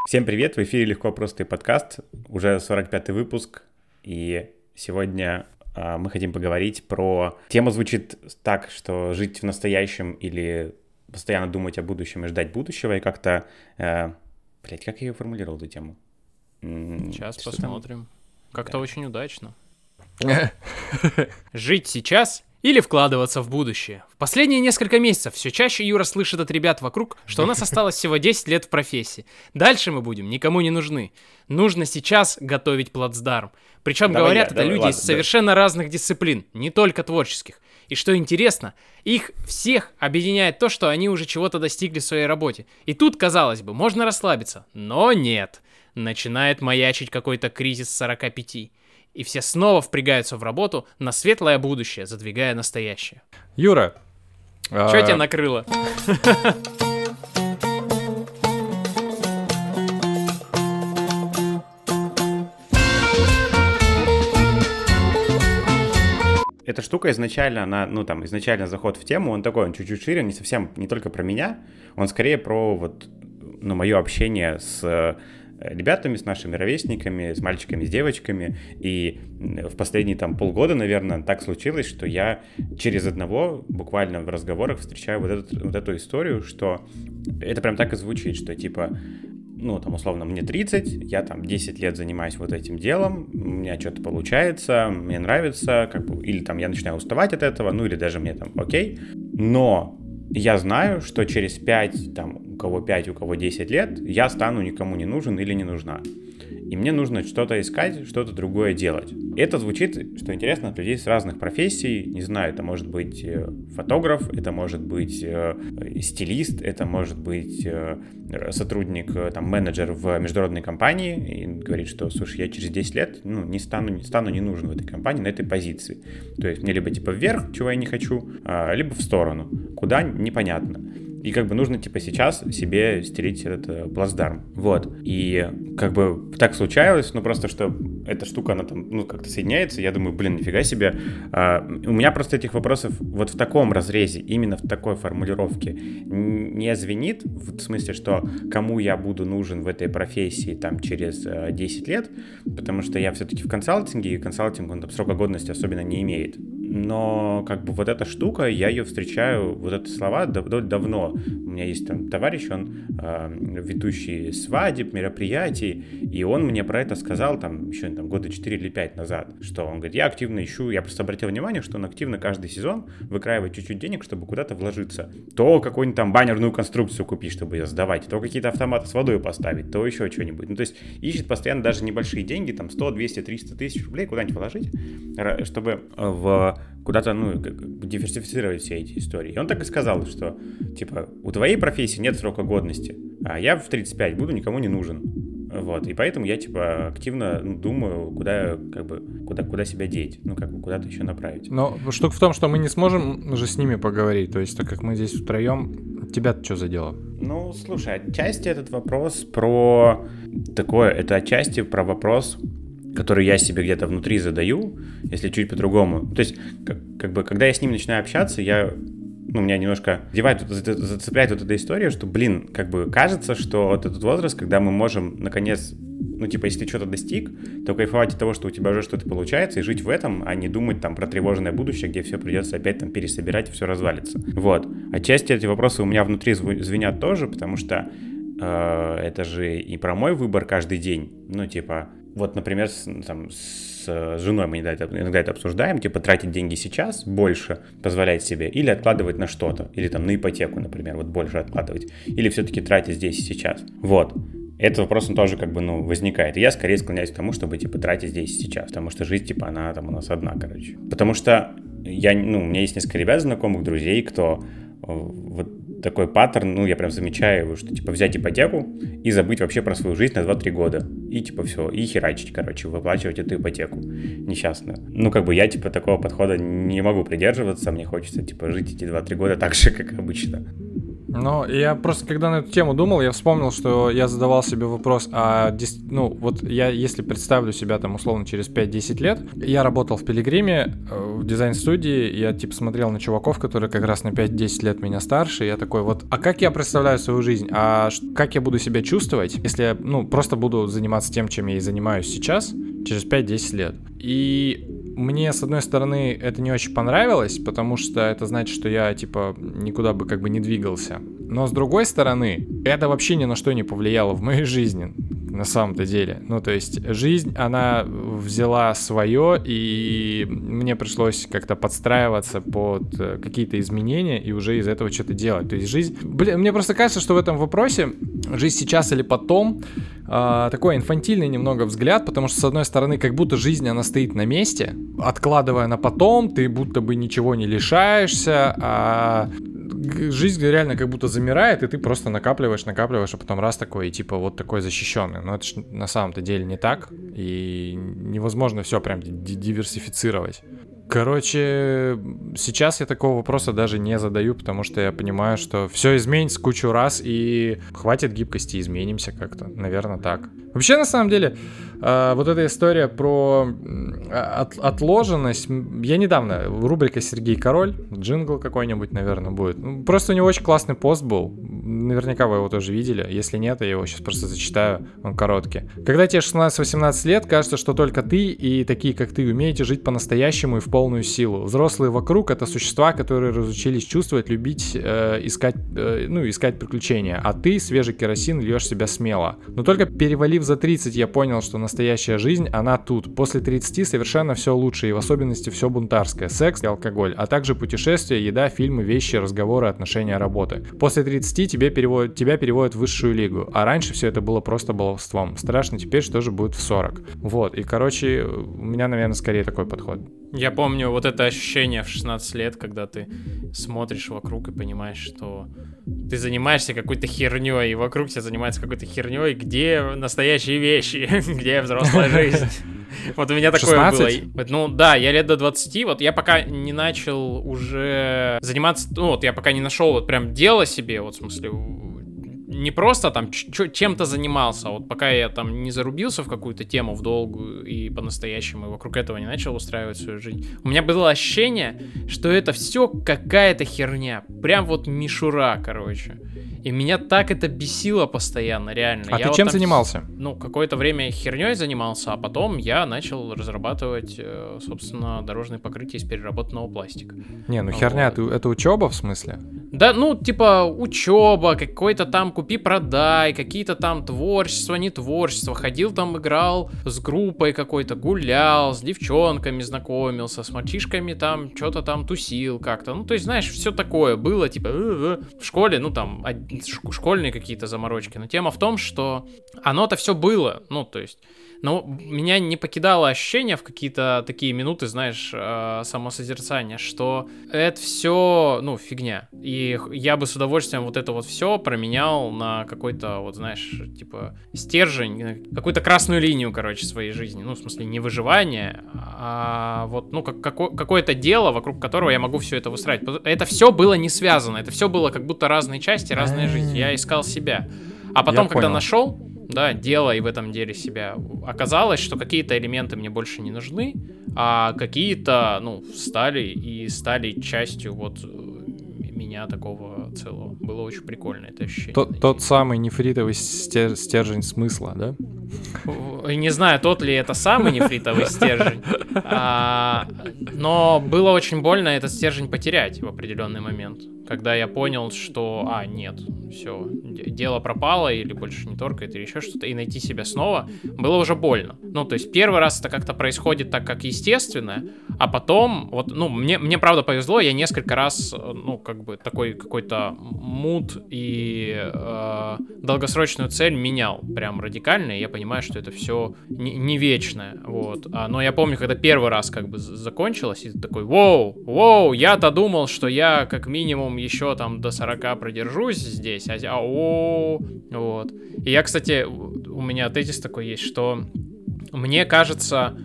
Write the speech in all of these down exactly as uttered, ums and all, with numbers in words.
Всем привет, в эфире «Легко, просто» и подкаст, уже сорок пятый выпуск, и сегодня э, мы хотим поговорить про... Тема звучит так, что жить в настоящем или постоянно думать о будущем и ждать будущего, и как-то... Э, блять, как я ее формулировал, эту тему? Сейчас Что посмотрим. там? Как-то Да. очень удачно. Жить сейчас или вкладываться в будущее? В последние несколько месяцев все чаще Юра слышит от ребят вокруг, что у нас осталось всего десять лет в профессии. Дальше мы будем никому не нужны. Нужно сейчас готовить плацдарм. Причем Давай говорят я, это давай, люди ладно, из совершенно разных дисциплин, не только творческих. И что интересно, их всех объединяет то, что они уже чего-то достигли в своей работе. И тут, казалось бы, можно расслабиться, но нет. Начинает маячить какой-то кризис сорока пяти. И все снова впрягаются в работу на светлое будущее, задвигая настоящее. Юра, Чё а, тебя накрыло? Эта штука изначально, она, ну там, изначально заход в тему, он такой, он чуть-чуть шире, не совсем, не только про меня, он скорее про вот, ну, мое общение с ребятами, с нашими ровесниками, с мальчиками, с девочками, и в последние там полгода, наверное, так случилось, что я через одного буквально в разговорах встречаю вот, этот, вот эту историю, что это прям так и звучит, что типа, ну, там, условно, мне тридцать, я там десять лет занимаюсь вот этим делом, у меня что-то получается, мне нравится, как бы, или там я начинаю уставать от этого, ну, или даже мне там окей, но я знаю, что через пять, там, у кого пять, у кого десять лет, я стану никому не нужен или не нужна. И мне нужно что-то искать, что-то другое делать. И это звучит, что интересно, от людей с разных профессий. Не знаю, это может быть фотограф, это может быть э, стилист, это может быть э, сотрудник, там, менеджер в международной компании. И говорит, что, слушай, я через десять лет ну, не, стану, не стану не нужен в этой компании, на этой позиции. То есть мне либо типа вверх, чего я не хочу, э, либо в сторону. Куда, непонятно. И как бы нужно типа сейчас себе стереть этот плацдарм. Вот. И как бы так случалось, ну просто что эта штука, она там, ну как-то соединяется, я думаю, блин, нифига себе. А, у меня просто этих вопросов вот в таком разрезе, именно в такой формулировке не звенит, в смысле, что кому я буду нужен в этой профессии там через десять лет, потому что я все-таки в консалтинге, и консалтинг, он там срока годности особенно не имеет. Но как бы вот эта штука, я ее встречаю, вот эти слова дав- давно. У меня есть там товарищ, он э, ведущий свадеб, мероприятий, и он мне про это сказал там еще там, года четыре или пять назад, что он говорит, я активно ищу, я просто обратил внимание, что он активно каждый сезон выкраивает чуть-чуть денег, чтобы куда-то вложиться. То какую-нибудь там баннерную конструкцию купить, чтобы ее сдавать, то какие-то автоматы с водой поставить, то еще что-нибудь. Ну то есть ищет постоянно даже небольшие деньги, там сто, двести, триста тысяч рублей куда-нибудь вложить, чтобы в куда-то, ну, диверсифицировать все эти истории. И он так и сказал, что, типа, у твоей профессии нет срока годности, а я в тридцать пять буду никому не нужен. Вот, и поэтому я, типа, активно ну, думаю, куда, как бы, куда, куда себя деть, ну, как бы, куда-то еще направить. но штука в том, что мы не сможем же с ними поговорить, то есть так как мы здесь втроем, тебя-то что за дело? Ну, слушай, отчасти этот вопрос про такое, это отчасти про вопрос, который я себе где-то внутри задаю, если чуть по-другому. То есть, как, как бы, когда я с ним начинаю общаться, я, ну, меня немножко девает, зацепляет вот эта история, что, блин, как бы кажется, что вот этот возраст, когда мы можем, наконец, ну, типа, если ты что-то достиг, то кайфовать от того, что у тебя уже что-то получается, и жить в этом, а не думать там про тревожное будущее, где все придется опять там пересобирать, и все развалится. Вот. Отчасти эти вопросы у меня внутри звенят тоже, потому что э, это же и про мой выбор каждый день. Ну, типа, вот, например, с, там, с женой мы иногда это, иногда это обсуждаем, типа тратить деньги сейчас больше, позволять себе, или откладывать на что-то, или там на ипотеку, например, вот больше откладывать, или все-таки тратить здесь и сейчас. Вот. Этот вопрос, он тоже как бы, ну, возникает. И я скорее склоняюсь к тому, чтобы, типа, тратить здесь и сейчас, потому что жизнь, типа, она там у нас одна, короче. Потому что я, ну, у меня есть несколько ребят, знакомых, друзей, кто вот такой паттерн, ну, я прям замечаю, что, типа, взять ипотеку и забыть вообще про свою жизнь на два-три года. И, типа, все, и херачить, короче, выплачивать эту ипотеку несчастную. Ну, как бы я, типа, такого подхода не могу придерживаться, мне хочется, типа, жить эти два-три года так же, как обычно. Ну, я просто, когда на эту тему думал, я вспомнил, что я задавал себе вопрос, а, ну, вот я, если представлю себя там, условно, через пять-десять лет, я работал в Пилигриме, в дизайн-студии, я, типа, смотрел на чуваков, которые как раз на пять-десять лет меня старше, и я такой, вот, а как я представляю свою жизнь, а как я буду себя чувствовать, если я, ну, просто буду заниматься тем, чем я и занимаюсь сейчас, через пять-десять лет. И мне, с одной стороны, это не очень понравилось, потому что это значит, что я, типа, никуда бы как бы не двигался. Но, с другой стороны, это вообще ни на что не повлияло в моей жизни, на самом-то деле. Ну, то есть, жизнь, она взяла свое, и мне пришлось как-то подстраиваться под какие-то изменения и уже из этого что-то делать. То есть, жизнь... Блин, мне просто кажется, что в этом вопросе, жизнь сейчас или потом, э, такой инфантильный немного взгляд, потому что, с одной стороны, как будто жизнь, она стоит на месте, откладывая на потом, ты будто бы ничего не лишаешься, а жизнь реально как будто замирает, и ты просто накапливаешь, накапливаешь, а потом раз такой, и типа вот такой защищенный. Но это ж на самом-то деле не так, и невозможно все прям диверсифицировать. Короче, сейчас я такого вопроса даже не задаю, потому что я понимаю, что все изменится кучу раз, и хватит гибкости, изменимся как-то. Наверное, так. Вообще, на самом деле, э, вот эта история про от, отложенность... Я недавно... Рубрика «Сергей Король», джингл какой-нибудь, наверное, будет. Просто у него очень классный пост был. Наверняка вы его тоже видели. Если нет, я его сейчас просто зачитаю. Он короткий. Когда тебе шестнадцать-восемнадцать лет, кажется, что только ты и такие, как ты, умеете жить по-настоящему и в полную силу. Взрослые вокруг — это существа, которые разучились чувствовать, любить, э, искать, э, ну, искать приключения. А ты, свежий керосин, льешь себя смело. Но только перевалив за тридцать, я понял, что настоящая жизнь, она тут. После тридцати совершенно все лучше, и в особенности все бунтарское. Секс и алкоголь, а также путешествия, еда, фильмы, вещи, разговоры, отношения, работы. После тридцати тебе переводят, тебя переводят в высшую лигу, а раньше все это было просто баловством. Страшно теперь, что же будет в сорок. Вот, и, короче, у меня, наверное, скорее такой подход. Я помню вот это ощущение в шестнадцать лет, когда ты смотришь вокруг и понимаешь, что ты занимаешься какой-то херней, и вокруг тебя занимается какой-то херней, где настоящие вещи, где взрослая жизнь. Вот у меня такое было. Ну да, я лет до двадцати, вот я пока не начал уже заниматься, ну вот я пока не нашел вот прям дело себе, вот в смысле... Не просто там ч- чем-то занимался, а вот пока я там не зарубился в какую-то тему в долгую и по-настоящему, и вокруг этого не начал устраивать свою жизнь, у меня было ощущение, что это все какая-то херня, прям вот мишура, короче. И меня так это бесило постоянно, реально. А я ты вот чем там, занимался? Ну, какое-то время херней занимался, а потом я начал разрабатывать, собственно, дорожное покрытие из переработанного пластика. Не, ну херня, вот. это, это учеба в смысле? Да, ну, типа, учеба, какой-то там купи-продай, какие-то там творчество, не творчество. Ходил там, играл с группой какой-то, гулял, с девчонками знакомился, с мальчишками там, что-то там тусил как-то. Ну, то есть, знаешь, все такое было, типа, в школе, ну, там, школьные какие-то заморочки. Но тема в том, что оно-то все было, ну, то есть... Но меня не покидало ощущение в какие-то такие минуты, знаешь, э, самосозерцания, что это все, ну, фигня. И я бы с удовольствием вот это вот все променял на какой-то, вот, знаешь, типа, стержень, какую-то красную линию, короче, своей жизни. Ну, в смысле, не выживание, а вот, ну, как, како- какое-то дело, вокруг которого я могу все это выстраивать. Это все было не связано, это все было как будто разные части, разные жизни. Я искал себя. А потом, Я когда понял. нашел... Да, дело и в этом деле себя. Оказалось, что какие-то элементы мне больше не нужны, а какие-то, ну, стали и стали частью вот меня такого целого. Было очень прикольно это ощущение. Тот, тот самый нефритовый стер- стержень смысла, да? Не знаю, тот ли это самый нефритовый стержень, а, но было очень больно этот стержень потерять в определенный момент, когда я понял, что, а, нет, все, дело пропало, или больше не торкает, или еще что-то, и найти себя снова было уже больно. Ну, то есть первый раз это как-то происходит так, как естественно, а потом, вот, ну, мне, мне правда повезло, я несколько раз, ну, как бы такой какой-то мут и э, долгосрочную цель менял прям радикально, и я понимаю, что это все не, не вечное, вот. А, но я помню, когда первый раз как бы закончилось, и ты такой, воу, воу, я-то думал, что я как минимум еще там до сорока продержусь здесь, а, а о, вот. И я, кстати, у меня тезис такой есть, что мне кажется,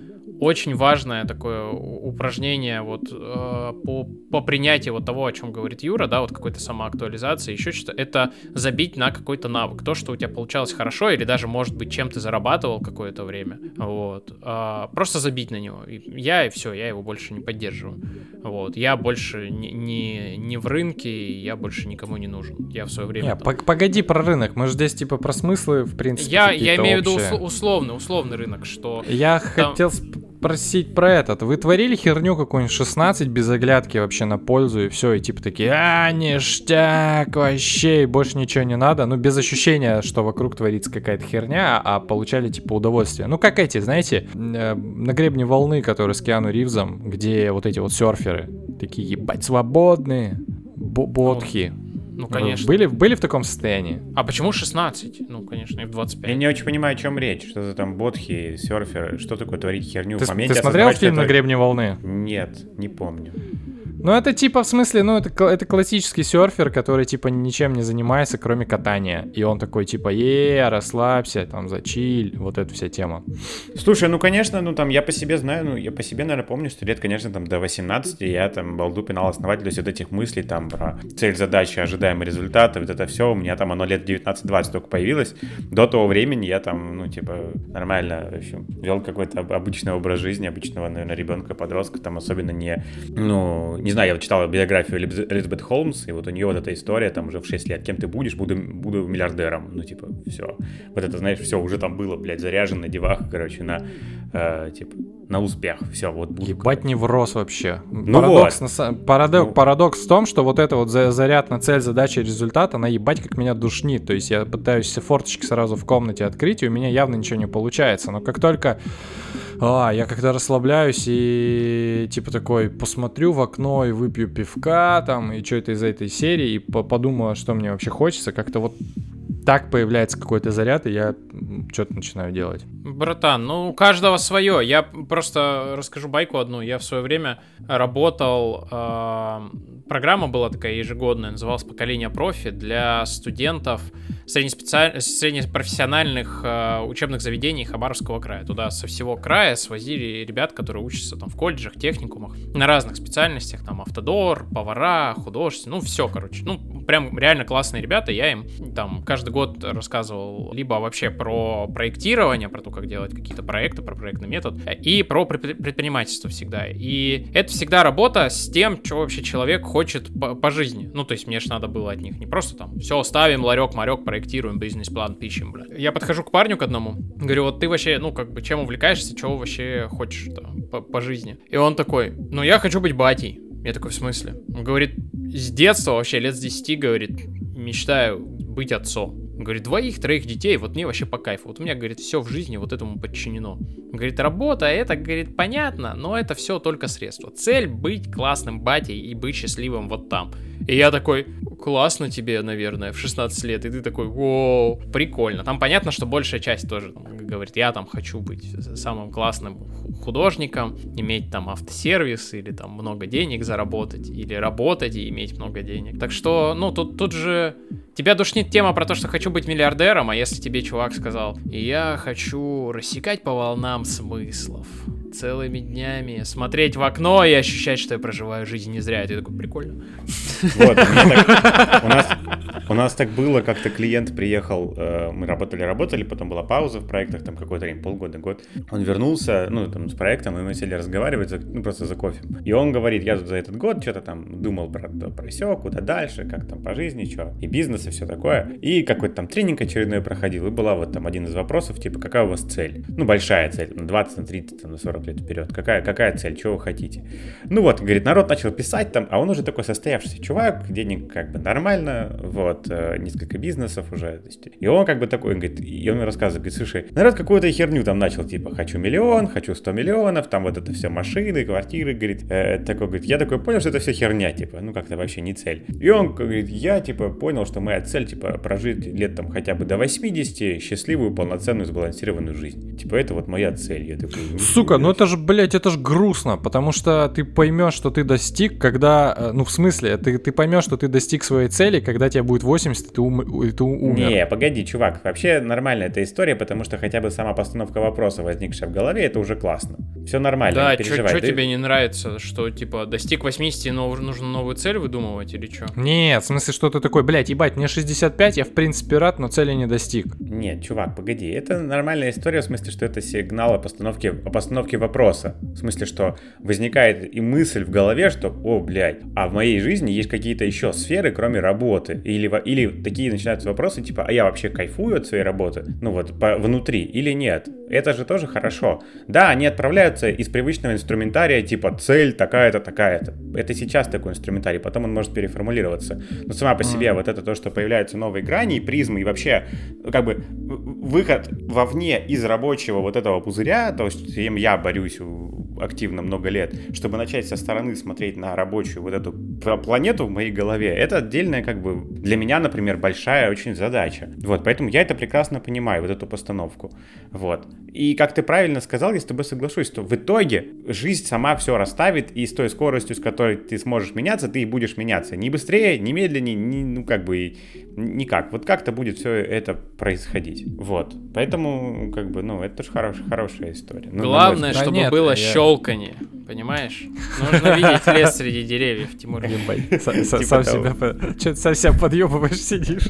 очень важное такое упражнение вот э, по, по принятию вот того, о чем говорит Юра, да, вот какой-то самоактуализации, еще что-то, это забить на какой-то навык, то, что у тебя получалось хорошо, или даже, может быть, чем ты зарабатывал какое-то время, вот, а, просто забить на него. И я, и все, я его больше не поддерживаю, вот, я больше не, не, не в рынке, я больше никому не нужен, я в свое время... Не, там... погоди про рынок, мы же здесь типа про смыслы, в принципе, Я, я имею общие. в виду услов, условный, условный рынок, что... Я там... хотел спросить про этот. Вы творили херню какую-нибудь шестнадцать без оглядки вообще на пользу и все, и типа такие, а, ништяк, вообще, и больше ничего не надо, ну без ощущения, что вокруг творится какая-то херня, а получали типа удовольствие. Ну как эти, знаете, на гребне волны, которые с Киану Ривзом, где вот эти вот серферы, такие, ебать, свободные, ботхи. Ну, конечно. Были, были в таком состоянии? А почему шестнадцать? Ну, конечно, и в двадцать пять. Я не очень понимаю, о чем речь. Что за там ботхи, серферы, что такое творить херню ты, в моменте. Ты смотрел фильм это... «На гребне волны»? Нет, не помню. Ну, это типа, в смысле, ну, это, это классический серфер, который, типа, ничем не занимается, кроме катания. И он такой, типа, е, расслабься, там, зачиль, вот эта вся тема. Слушай, ну, конечно, ну, там, я по себе знаю, ну, я по себе, наверное, помню, что лет, конечно, там, до восемнадцати я, там, балду пинал основатель, то есть вот этих мыслей, там, про цель, задачи, ожидаемые результаты, вот это все, у меня, там, оно лет девятнадцать-двадцать только появилось. До того времени я, там, ну, типа, нормально, в общем, вел какой-то обычный образ жизни, обычного, наверное, ребенка-подростка, там, особенно не, ну, не Не знаю, я вот читал биографию Элизабет Холмс, и вот у нее вот эта история, там уже в шесть лет, кем ты будешь, буду, буду миллиардером, ну, типа, все. Вот это, знаешь, все уже там было, блядь, заряжено на девах, короче, на, э, типа, на успех, все, вот буду. Ебать, невроз вообще. Ну парадокс, вот. на, парадокс, ну. парадокс в том, что вот это вот заряд на цель, задача, результат, она ебать как меня душнит, то есть я пытаюсь все форточки сразу в комнате открыть, и у меня явно ничего не получается, но как только... А, я когда расслабляюсь и типа такой посмотрю в окно и выпью пивка там, и что это из этой серии, и подумаю, что мне вообще хочется, как-то вот так появляется какой-то заряд, и я что-то начинаю делать. Братан, ну у каждого свое. Я просто расскажу байку одну. Я в свое время работал... Э, программа была такая ежегодная, называлась «Поколение профи» для студентов среднеспециаль... среднепрофессиональных э, учебных заведений Хабаровского края. Туда со всего края свозили ребят, которые учатся там в колледжах, техникумах, на разных специальностях, там автодор, повара, художество, ну все, короче. Ну, прям реально классные ребята. Я им там каждый год рассказывал либо вообще про проектирование, про то, как делать какие-то проекты, про проектный метод, и про предпринимательство всегда. И это всегда работа с тем, что вообще человек хочет по, по жизни. Ну, то есть мне же надо было от них не просто там все, ставим ларек, марек, проектируем, бизнес-план, пишем, бля. Я подхожу к парню к одному, говорю, вот ты вообще, ну, как бы, чем увлекаешься, чего вообще хочешь там, по, по жизни? И он такой, ну, я хочу быть батей. Я такой, в смысле? Он говорит, с детства, вообще лет с десяти, говорит, мечтаю быть отцом. Он говорит, двоих, троих детей, вот мне вообще по кайфу. Вот у меня, говорит, все в жизни вот этому подчинено. Он говорит, работа, это, говорит, понятно, но это все только средство. Цель быть классным батей и быть счастливым вот там. И я такой, классно тебе, наверное, в шестнадцать лет. И ты такой, воу, прикольно. Там понятно, что большая часть тоже там, говорит, я там хочу быть самым классным художником, иметь там автосервис или там много денег заработать, или работать и иметь много денег. Так что, ну, тут, тут же тебя душнит тема про то, что хочу быть миллиардером, а если тебе чувак сказал, я хочу рассекать по волнам смыслов, целыми днями смотреть в окно и ощущать, что я проживаю жизнь не зря. Это такой, прикольно. Вот, так, у, нас, у нас так было, как-то клиент приехал, э, мы работали-работали, потом была пауза в проектах, там какое-то время, полгода, год. Он вернулся, ну, там, с проектом, и мы сели разговаривать, за, ну, просто за кофе. И он говорит, я тут за этот год что-то там думал про то, про сё, куда дальше, как там по жизни, что, и бизнес, и все такое. И какой-то там тренинг очередной проходил, и была вот там один из вопросов, типа, какая у вас цель? Ну, большая цель, на двадцать, на тридцать, на сорок лет вперед. Какая, какая цель, чего вы хотите? Ну вот, говорит, народ начал писать там, а он уже такой состоявшийся чувак, денег как бы нормально, вот, э, несколько бизнесов уже. То есть, и он как бы такой, он говорит, и он мне рассказывает, говорит, слушай, народ какую-то херню там начал, типа, хочу миллион, хочу сто миллионов, там вот это все машины, квартиры, говорит, э, такой, говорит, я такой понял, что это все херня, типа, ну как-то вообще не цель. И он говорит, я, типа, понял, что моя цель, типа, прожить лет там хотя бы до восьмидесяти счастливую, полноценную, сбалансированную жизнь. Типа, это вот моя цель. Я такой, сука, ну это же, блядь, это же грустно, потому что ты поймешь, что ты достиг, когда, ну в смысле, ты, ты поймешь, что ты достиг своей цели, когда тебе будет будет восемьдесят, и ты, ум... и ты умер. Не, погоди, чувак, вообще нормальная эта история, потому что хотя бы сама постановка вопроса, возникшая в голове, это уже классно. Все нормально, да, не переживай. Что ты... тебе не нравится? Что, типа, достиг восьмидесяти, но нужно новую цель выдумывать или что? Нет, в смысле, что ты такой, блядь, ебать, мне шестьдесят пять, я в принципе рад, но цели не достиг. Нет, чувак, погоди, это нормальная история, в смысле, что это сигнал о постановке, о постановке вопроса. В смысле, что возникает и мысль в голове, что, о, блядь, а в моей жизни есть какие-то еще сферы, кроме работы. Или, или такие начинаются вопросы, типа, а я вообще кайфую от своей работы? Ну вот, по, внутри или нет? Это же тоже хорошо. Да, они отправляются из привычного инструментария, типа, цель такая-то, такая-то. Это сейчас такой инструментарий, потом он может переформулироваться. Но сама по себе mm. вот это то, что появляются новые грани и призмы, и вообще, как бы, выход вовне из рабочего вот этого пузыря, то, с чем я борюсь активно много лет, чтобы начать со стороны смотреть на рабочую вот эту планету в моей голове, это отдельная, как бы, для меня, например, большая очень задача. Вот, поэтому я это прекрасно понимаю, вот эту постановку. Вот. И как ты правильно сказал, я с тобой соглашусь, что в итоге жизнь сама все расставит, и с той скоростью, с которой ты сможешь меняться, ты и будешь меняться. Ни быстрее, ни медленнее, ни, ну, как бы, никак. Вот как-то будет все это происходить. Вот. Поэтому, как бы, ну, это тоже хорошая, хорошая история. Ну, главное, чтобы нет, было я... щелканье, понимаешь? Нужно видеть лес среди деревьев, Тимур. Сам себя совсем подъебываешь, сидишь.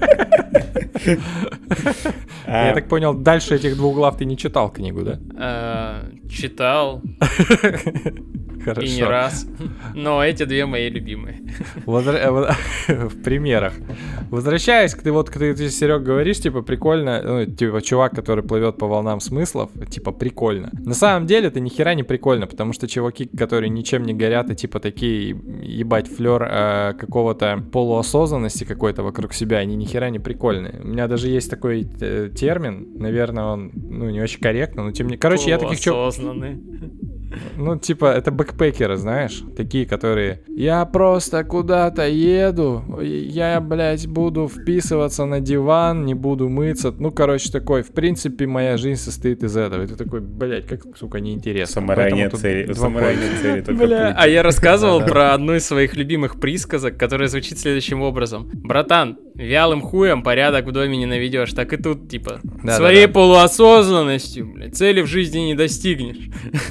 Я так понял, дальше этих двух глав ты не читал книгу, да? Читал. Хорошо. И не раз. Но эти две мои любимые. Возра... В примерах. Возвращаясь, ты вот, когда ты, Серег, говоришь, типа, прикольно, ну, типа, чувак, который плывет по волнам смыслов, типа, прикольно. На самом деле, это ни хера не прикольно, потому что чуваки, которые ничем не горят, и, типа, такие, ебать, флёр э, какого-то полуосознанности какой-то вокруг себя, они ни хера не прикольные. У меня даже есть такой э, термин, наверное, он, ну, не очень корректно, но тем не... Короче, я таких чуваков... Ну, типа, это бэкпекеры, знаешь, такие, которые... Я просто куда-то еду, я, блядь, буду вписываться на диван, не буду мыться. Ну, короче, такой, в принципе, моя жизнь состоит из этого. И ты такой, блядь, как, сука, неинтересно. Самурай нет цели, самурай нет цели, только путь. А я рассказывал про одну из своих любимых присказок, которая звучит следующим образом. Братан, вялым хуем порядок в доме не наведешь, так и тут, типа, да, своей да, да. полуосознанностью, блядь, цели в жизни не достигнешь.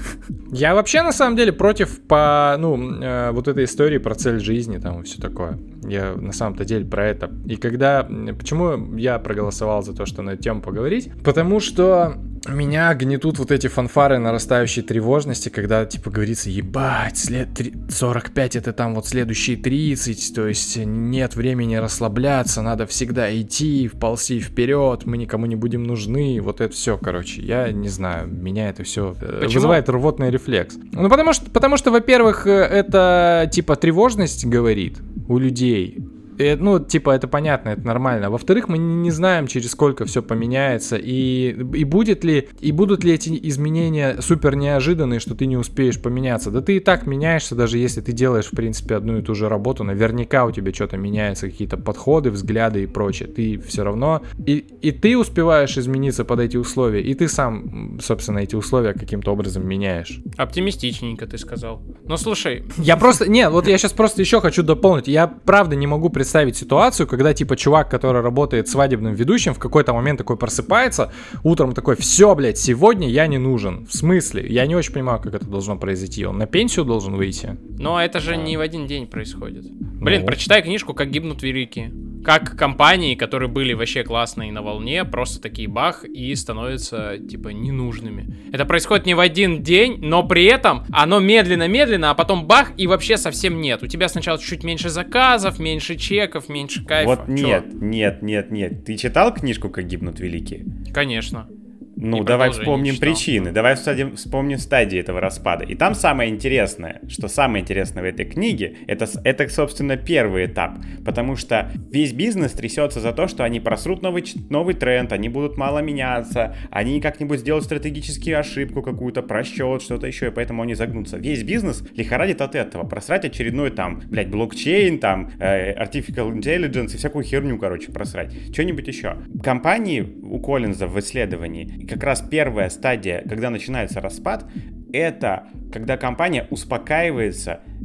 Я вообще, на самом деле, против по, ну, э, вот этой истории про цель жизни там и все такое. Я на самом-то деле про это. И когда... Почему я проголосовал за то, что на эту тему поговорить? Потому что меня гнетут вот эти фанфары нарастающей тревожности, когда, типа, говорится, ебать, след сорок пять это там вот следующие тридцать, то есть нет времени расслабляться, надо всегда идти, ползти вперед, мы никому не будем нужны, вот это все, короче, я не знаю, меня это все вызывает рвотный рефлекс. Ну, потому что, потому что, во-первых, это, типа, тревожность говорит у людей. И, ну, типа, это понятно, это нормально. Во-вторых, мы не знаем, через сколько все поменяется, и, и будет ли, и будут ли эти изменения супер неожиданные, что ты не успеешь поменяться. Да ты и так меняешься, даже если ты делаешь, в принципе, одну и ту же работу, наверняка у тебя что-то меняется, какие-то подходы, взгляды и прочее. Ты все равно, и, и ты успеваешь измениться под эти условия, и ты сам, собственно, эти условия каким-то образом меняешь. Оптимистичненько ты сказал. Ну, слушай. Я просто, не, вот я сейчас просто еще хочу дополнить. Я правда не могу представить представить ситуацию, когда типа чувак, который работает свадебным ведущим, в какой-то момент такой просыпается, утром такой, все, блядь, сегодня я не нужен. В смысле? Я не очень понимаю, как это должно произойти. Он на пенсию должен выйти? Но это же не в один день происходит. Блин, ну. Прочитай книжку «Как гибнут великие». Как компании, которые были вообще классные на волне, просто такие бах и становятся, типа, ненужными. Это происходит не в один день, но при этом оно медленно-медленно, а потом бах и вообще совсем нет. У тебя сначала чуть меньше заказов, меньше чеков, меньше кайфа. Вот нет, Чё? нет, нет, нет. Ты читал книжку «Как гибнут великие»? Конечно. Ну, и давай вспомним причины, давай вспомним стадии этого распада. И там самое интересное, что самое интересное в этой книге, это, это, собственно, первый этап. Потому что весь бизнес трясется за то, что они просрут новый, новый тренд, они будут мало меняться, они как-нибудь сделают стратегическую ошибку какую-то, просчет, что-то еще, и поэтому они загнутся. Весь бизнес лихорадит от этого. Просрать очередной там, блядь, блокчейн, там, э, artificial intelligence и всякую херню, короче, просрать. Что-нибудь еще. Компании у Коллинза в исследовании как раз первая стадия, когда начинается распад, это когда компания успокаивается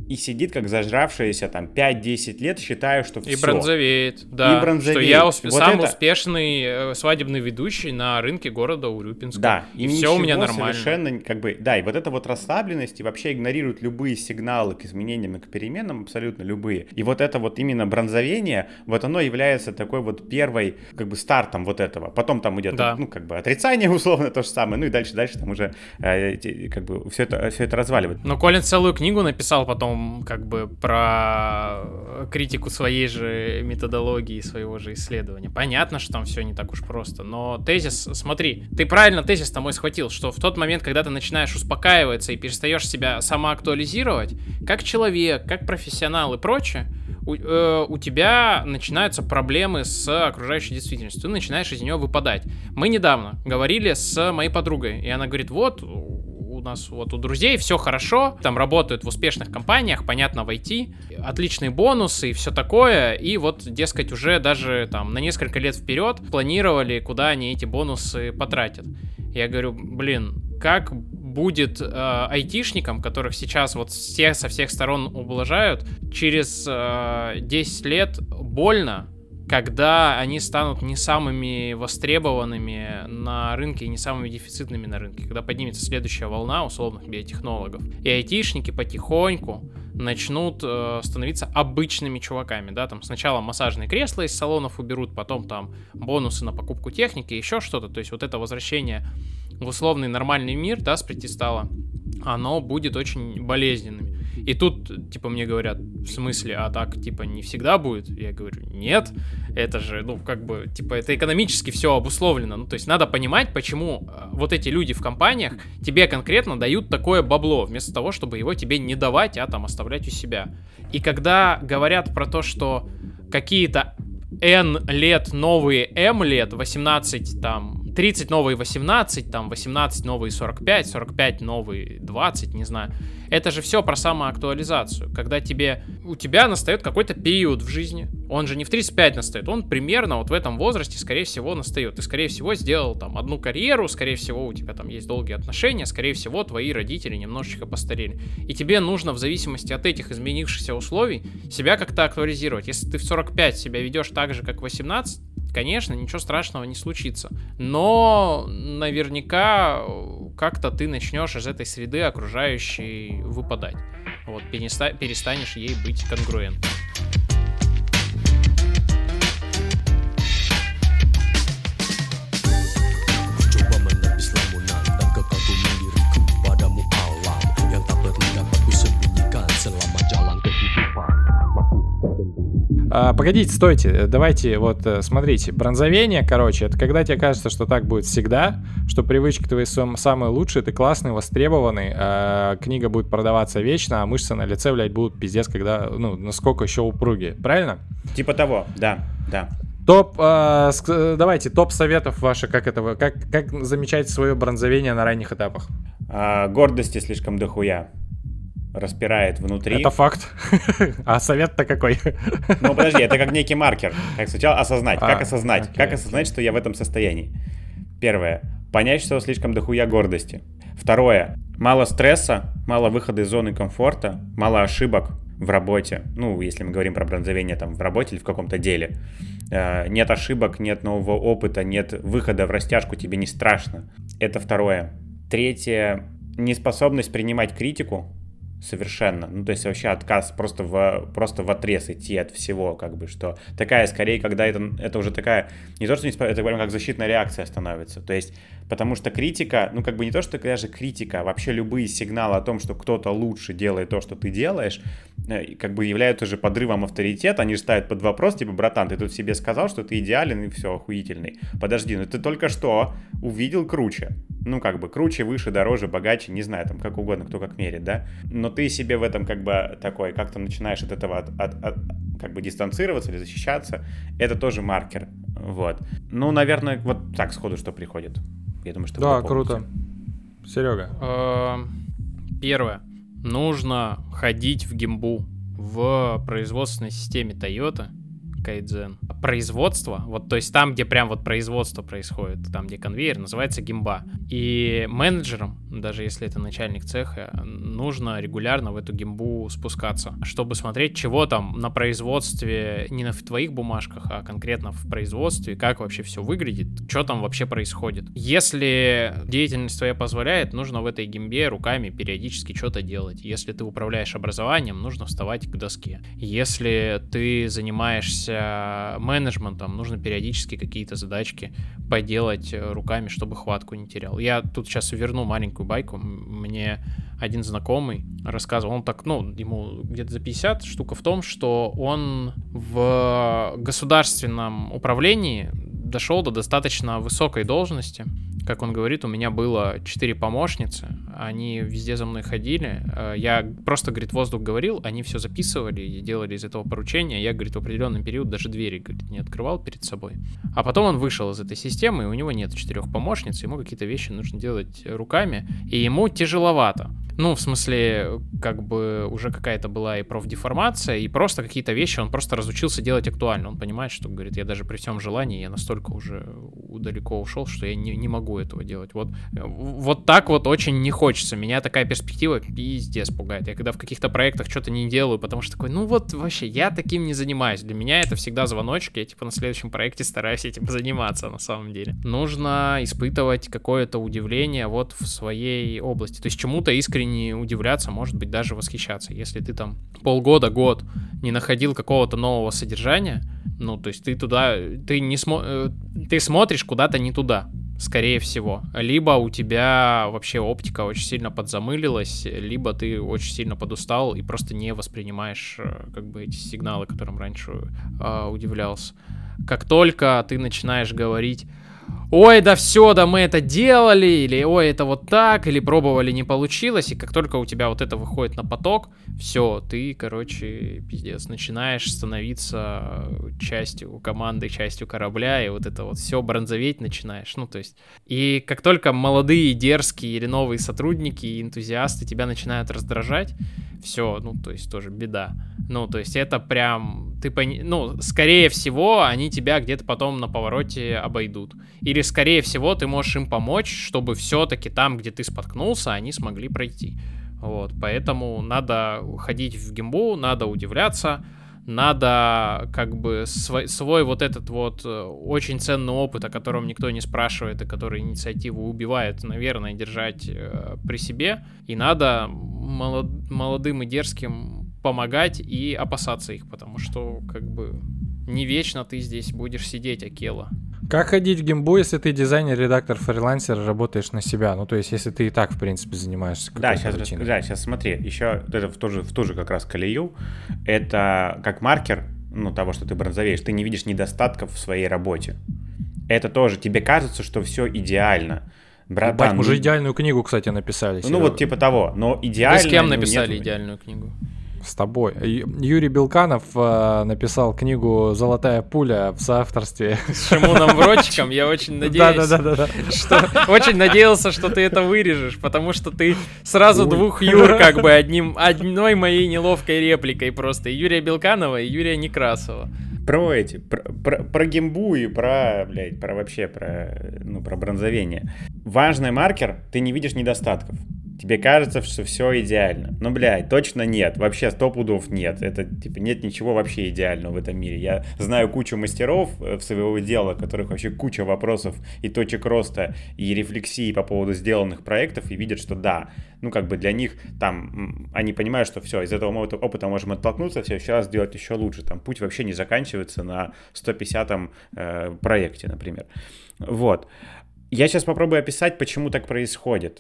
и сидит как зажравшаяся там пять-десять лет, считая, что все. И бронзовеет, да. И бронзовеет. Что я усп... вот самый это... успешный э, свадебный ведущий на рынке города Урюпинска. Да, и, и все у меня нормально. Совершенно, как бы, да, и вот эта вот расслабленность, и вообще игнорирует любые сигналы к изменениям и к переменам, абсолютно любые. И вот это вот именно бронзовение, вот оно является такой вот первой, как бы, стартом вот этого. Потом там идет, да. ну, как бы, отрицание, условно, то же самое, ну и дальше-дальше там уже, э, как бы, все это, все это разваливает. Но Колин целую книгу написал потом, как бы, про критику своей же методологии, своего же исследования. Понятно, что там все не так уж просто, но тезис, смотри, ты правильно тезис-то мой схватил, что в тот момент, когда ты начинаешь успокаиваться и перестаешь себя самоактуализировать, как человек, как профессионал и прочее, у, э, у тебя начинаются проблемы с окружающей действительностью, ты начинаешь из нее выпадать. Мы недавно говорили с моей подругой, и она говорит, вот, у нас вот у друзей все хорошо, там работают в успешных компаниях, понятно, в ай ти, отличные бонусы и все такое, и вот, дескать, уже даже там на несколько лет вперед планировали, куда они эти бонусы потратят. Я говорю, блин, как будет э, айтишникам, которых сейчас вот все со всех сторон ублажают, через э, десять лет больно, когда они станут не самыми востребованными на рынке и не самыми дефицитными на рынке, когда поднимется следующая волна условных биотехнологов, и айтишники потихоньку начнут э, становиться обычными чуваками, да, там сначала массажные кресла из салонов уберут, потом там бонусы на покупку техники, еще что-то, то есть вот это возвращение в условный нормальный мир, да, с пьедестала, оно будет очень болезненным. И тут, типа, мне говорят, в смысле, а так, типа, не всегда будет? Я говорю, нет, это же, ну, как бы, типа, это экономически все обусловлено. Ну, то есть надо понимать, почему вот эти люди в компаниях тебе конкретно дают такое бабло, вместо того, чтобы его тебе не давать, а там оставлять у себя. И когда говорят про то, что какие-то N лет новые M лет, восемнадцать там, тридцать новые восемнадцать, там восемнадцать новые сорок пять, сорок пять новые двадцать, не знаю. Это же все про самоактуализацию, когда тебе, у тебя настает какой-то период в жизни, он же не в тридцать пять настает, он примерно вот в этом возрасте, скорее всего, настает. Ты, скорее всего, сделал там одну карьеру, скорее всего, у тебя там есть долгие отношения, скорее всего, твои родители немножечко постарели. И тебе нужно в зависимости от этих изменившихся условий себя как-то актуализировать. Если ты в сорок пять себя ведешь так же, как в восемнадцать, конечно, ничего страшного не случится. Но наверняка как-то ты начнешь из этой среды окружающей выпадать. Вот, переста- перестанешь ей быть конгруентным. А, погодите, стойте, давайте, вот, смотрите, бронзовение, короче, это когда тебе кажется, что так будет всегда, что привычки твои сам, самые лучшие, ты классный, востребованный, а, книга будет продаваться вечно, а мышцы на лице, блядь, будут пиздец, когда, ну, насколько еще упругие, правильно? Типа того, да, да. Топ, а, ск- давайте, топ советов ваши, как это, как, как замечать свое бронзовение на ранних этапах? А, гордости слишком дохуя. Распирает внутри. Это факт. А совет-то какой? Ну, подожди, это как некий маркер. Как сначала осознать. А, как осознать? окей, как осознать, что я в этом состоянии? Первое. Понять, что слишком дохуя гордости. Второе. Мало стресса, мало выхода из зоны комфорта, мало ошибок в работе. Ну, если мы говорим про бронзовение там в работе или в каком-то деле. Э, нет ошибок, нет нового опыта, нет выхода в растяжку, тебе не страшно. Это второе. Третье. Неспособность принимать критику. Совершенно. Ну, то есть вообще отказ просто в, просто в отрез идти от всего, как бы, что такая, скорее, когда это, это уже такая, не то, что не спа- это прям как защитная реакция становится. То есть, потому что критика, ну, как бы не то, что даже критика, а вообще любые сигналы о том, что кто-то лучше делает то, что ты делаешь, как бы являются уже подрывом авторитета, они же ставят под вопрос, типа, братан, ты тут себе сказал, что ты идеален и все, охуительный. Подожди, ну ты только что увидел круче. Ну, как бы, круче, выше, дороже, богаче, не знаю, там, как угодно, кто как мерит, да? Но ты себе в этом, как бы, такой, как-то начинаешь от этого, от, от, от, как бы, дистанцироваться или защищаться, это тоже маркер, вот. Ну, наверное, вот так сходу, что приходит. Я думаю, что да, круто. Серега. Первое. Нужно ходить в гимбу в производственной системе Toyota. Кайдзен. Производство, вот, то есть там, где прям вот производство происходит, там, где конвейер, называется гимба. И менеджерам даже если это начальник цеха, нужно регулярно в эту гимбу спускаться, чтобы смотреть, чего там на производстве, не на твоих бумажках, а конкретно в производстве, как вообще все выглядит, что там вообще происходит. Если деятельность твоя позволяет, нужно в этой гимбе руками периодически что-то делать. Если ты управляешь образованием, нужно вставать к доске. Если ты занимаешься менеджментом, нужно периодически какие-то задачки поделать руками, чтобы хватку не терял. Я тут сейчас верну маленькую байку. Мне один знакомый рассказывал, он так, ну, ему где-то за пятьдесят, штука в том, что он в государственном управлении дошел до достаточно высокой должности. Как он говорит, у меня было четыре помощницы, они везде за мной ходили, я просто, говорит, воздух говорил, они все записывали и делали из этого поручения, я, говорит, в определенный период даже двери, говорит, не открывал перед собой. А потом он вышел из этой системы, и у него нет четырех помощниц, ему какие-то вещи нужно делать руками, и ему тяжеловато. Ну, в смысле, как бы уже какая-то была и профдеформация, и просто какие-то вещи он просто разучился делать актуально. Он понимает, что, говорит, я даже при всем желании, я настолько уже далеко ушел, что я не, не могу этого делать. Вот, вот так вот очень не хочется. Меня такая перспектива пиздец пугает. Я когда в каких-то проектах что-то не делаю, потому что такой, ну вот вообще, я таким не занимаюсь. Для меня это всегда звоночек, я типа на следующем проекте стараюсь этим заниматься на самом деле. Нужно испытывать какое-то удивление вот в своей области. То есть чему-то искренне не удивляться, может быть, даже восхищаться. Если ты там полгода, год не находил какого-то нового содержания, ну, то есть ты туда, ты не смо... ты смотришь куда-то не туда, скорее всего. Либо у тебя вообще оптика очень сильно подзамылилась, либо ты очень сильно подустал и просто не воспринимаешь как бы эти сигналы, которым раньше э, удивлялся. Как только ты начинаешь говорить: ой, да все, да мы это делали, или ой, это вот так, или пробовали, не получилось, и как только у тебя вот это выходит на поток, все, ты, короче, пиздец, начинаешь становиться частью команды, частью корабля, и вот это вот все бронзоветь начинаешь, ну, то есть, и как только молодые, дерзкие или новые сотрудники и энтузиасты тебя начинают раздражать, все, ну, то есть, тоже беда. Ну, то есть, это прям, ты, пони... ну, скорее всего, они тебя где-то потом на повороте обойдут. Или, скорее всего, ты можешь им помочь, чтобы все-таки там, где ты споткнулся, они смогли пройти. Вот, поэтому надо ходить в гимбу, надо удивляться, надо как бы свой, свой вот этот вот очень ценный опыт, о котором никто не спрашивает, и который инициативу убивает, наверное, держать э, при себе. И надо молод, молодым и дерзким помогать и опасаться их, потому что как бы не вечно ты здесь будешь сидеть, Акела. Как ходить в гимбу, если ты дизайнер, редактор, фрилансер, работаешь на себя? Ну, то есть, если ты и так, в принципе, занимаешься да, сейчас, да, сейчас смотри, еще это в ту же, в ту же как раз колею, это как маркер, ну, того, что ты бронзовеешь, ты не видишь недостатков в своей работе. Это тоже, тебе кажется, что все идеально. Братан, Ебать, мы же идеальную книгу, кстати, написали. Ну, вот типа того, но идеально... Вы с кем написали нет... идеальную книгу? С тобой. Юрий Белканов э, написал книгу «Золотая пуля» в соавторстве с Шимоном Бродчиком. Я очень надеюсь, да, да, да, да. что очень надеялся, что ты это вырежешь, потому что ты сразу Ой. двух Юр как бы одним одной моей неловкой репликой просто. И Юрия Белканова, и Юрия Некрасова. Про эти, про, про, про гимбу и про, блядь, про вообще, про, ну, про бронзовение. Важный маркер, ты не видишь недостатков. Тебе кажется, что все идеально. Но, блядь, точно нет. Вообще сто пудов нет. Это, типа, нет ничего вообще идеального в этом мире. Я знаю кучу мастеров в своего дела, у которых вообще куча вопросов и точек роста, и рефлексии по поводу сделанных проектов, и видят, что да, ну, как бы для них там, они понимают, что все, из этого опыта можем оттолкнуться, все, еще раз сделать еще лучше. Там путь вообще не заканчивается на сто пятидесятом э, проекте, например. Вот. Я сейчас попробую описать, почему так происходит.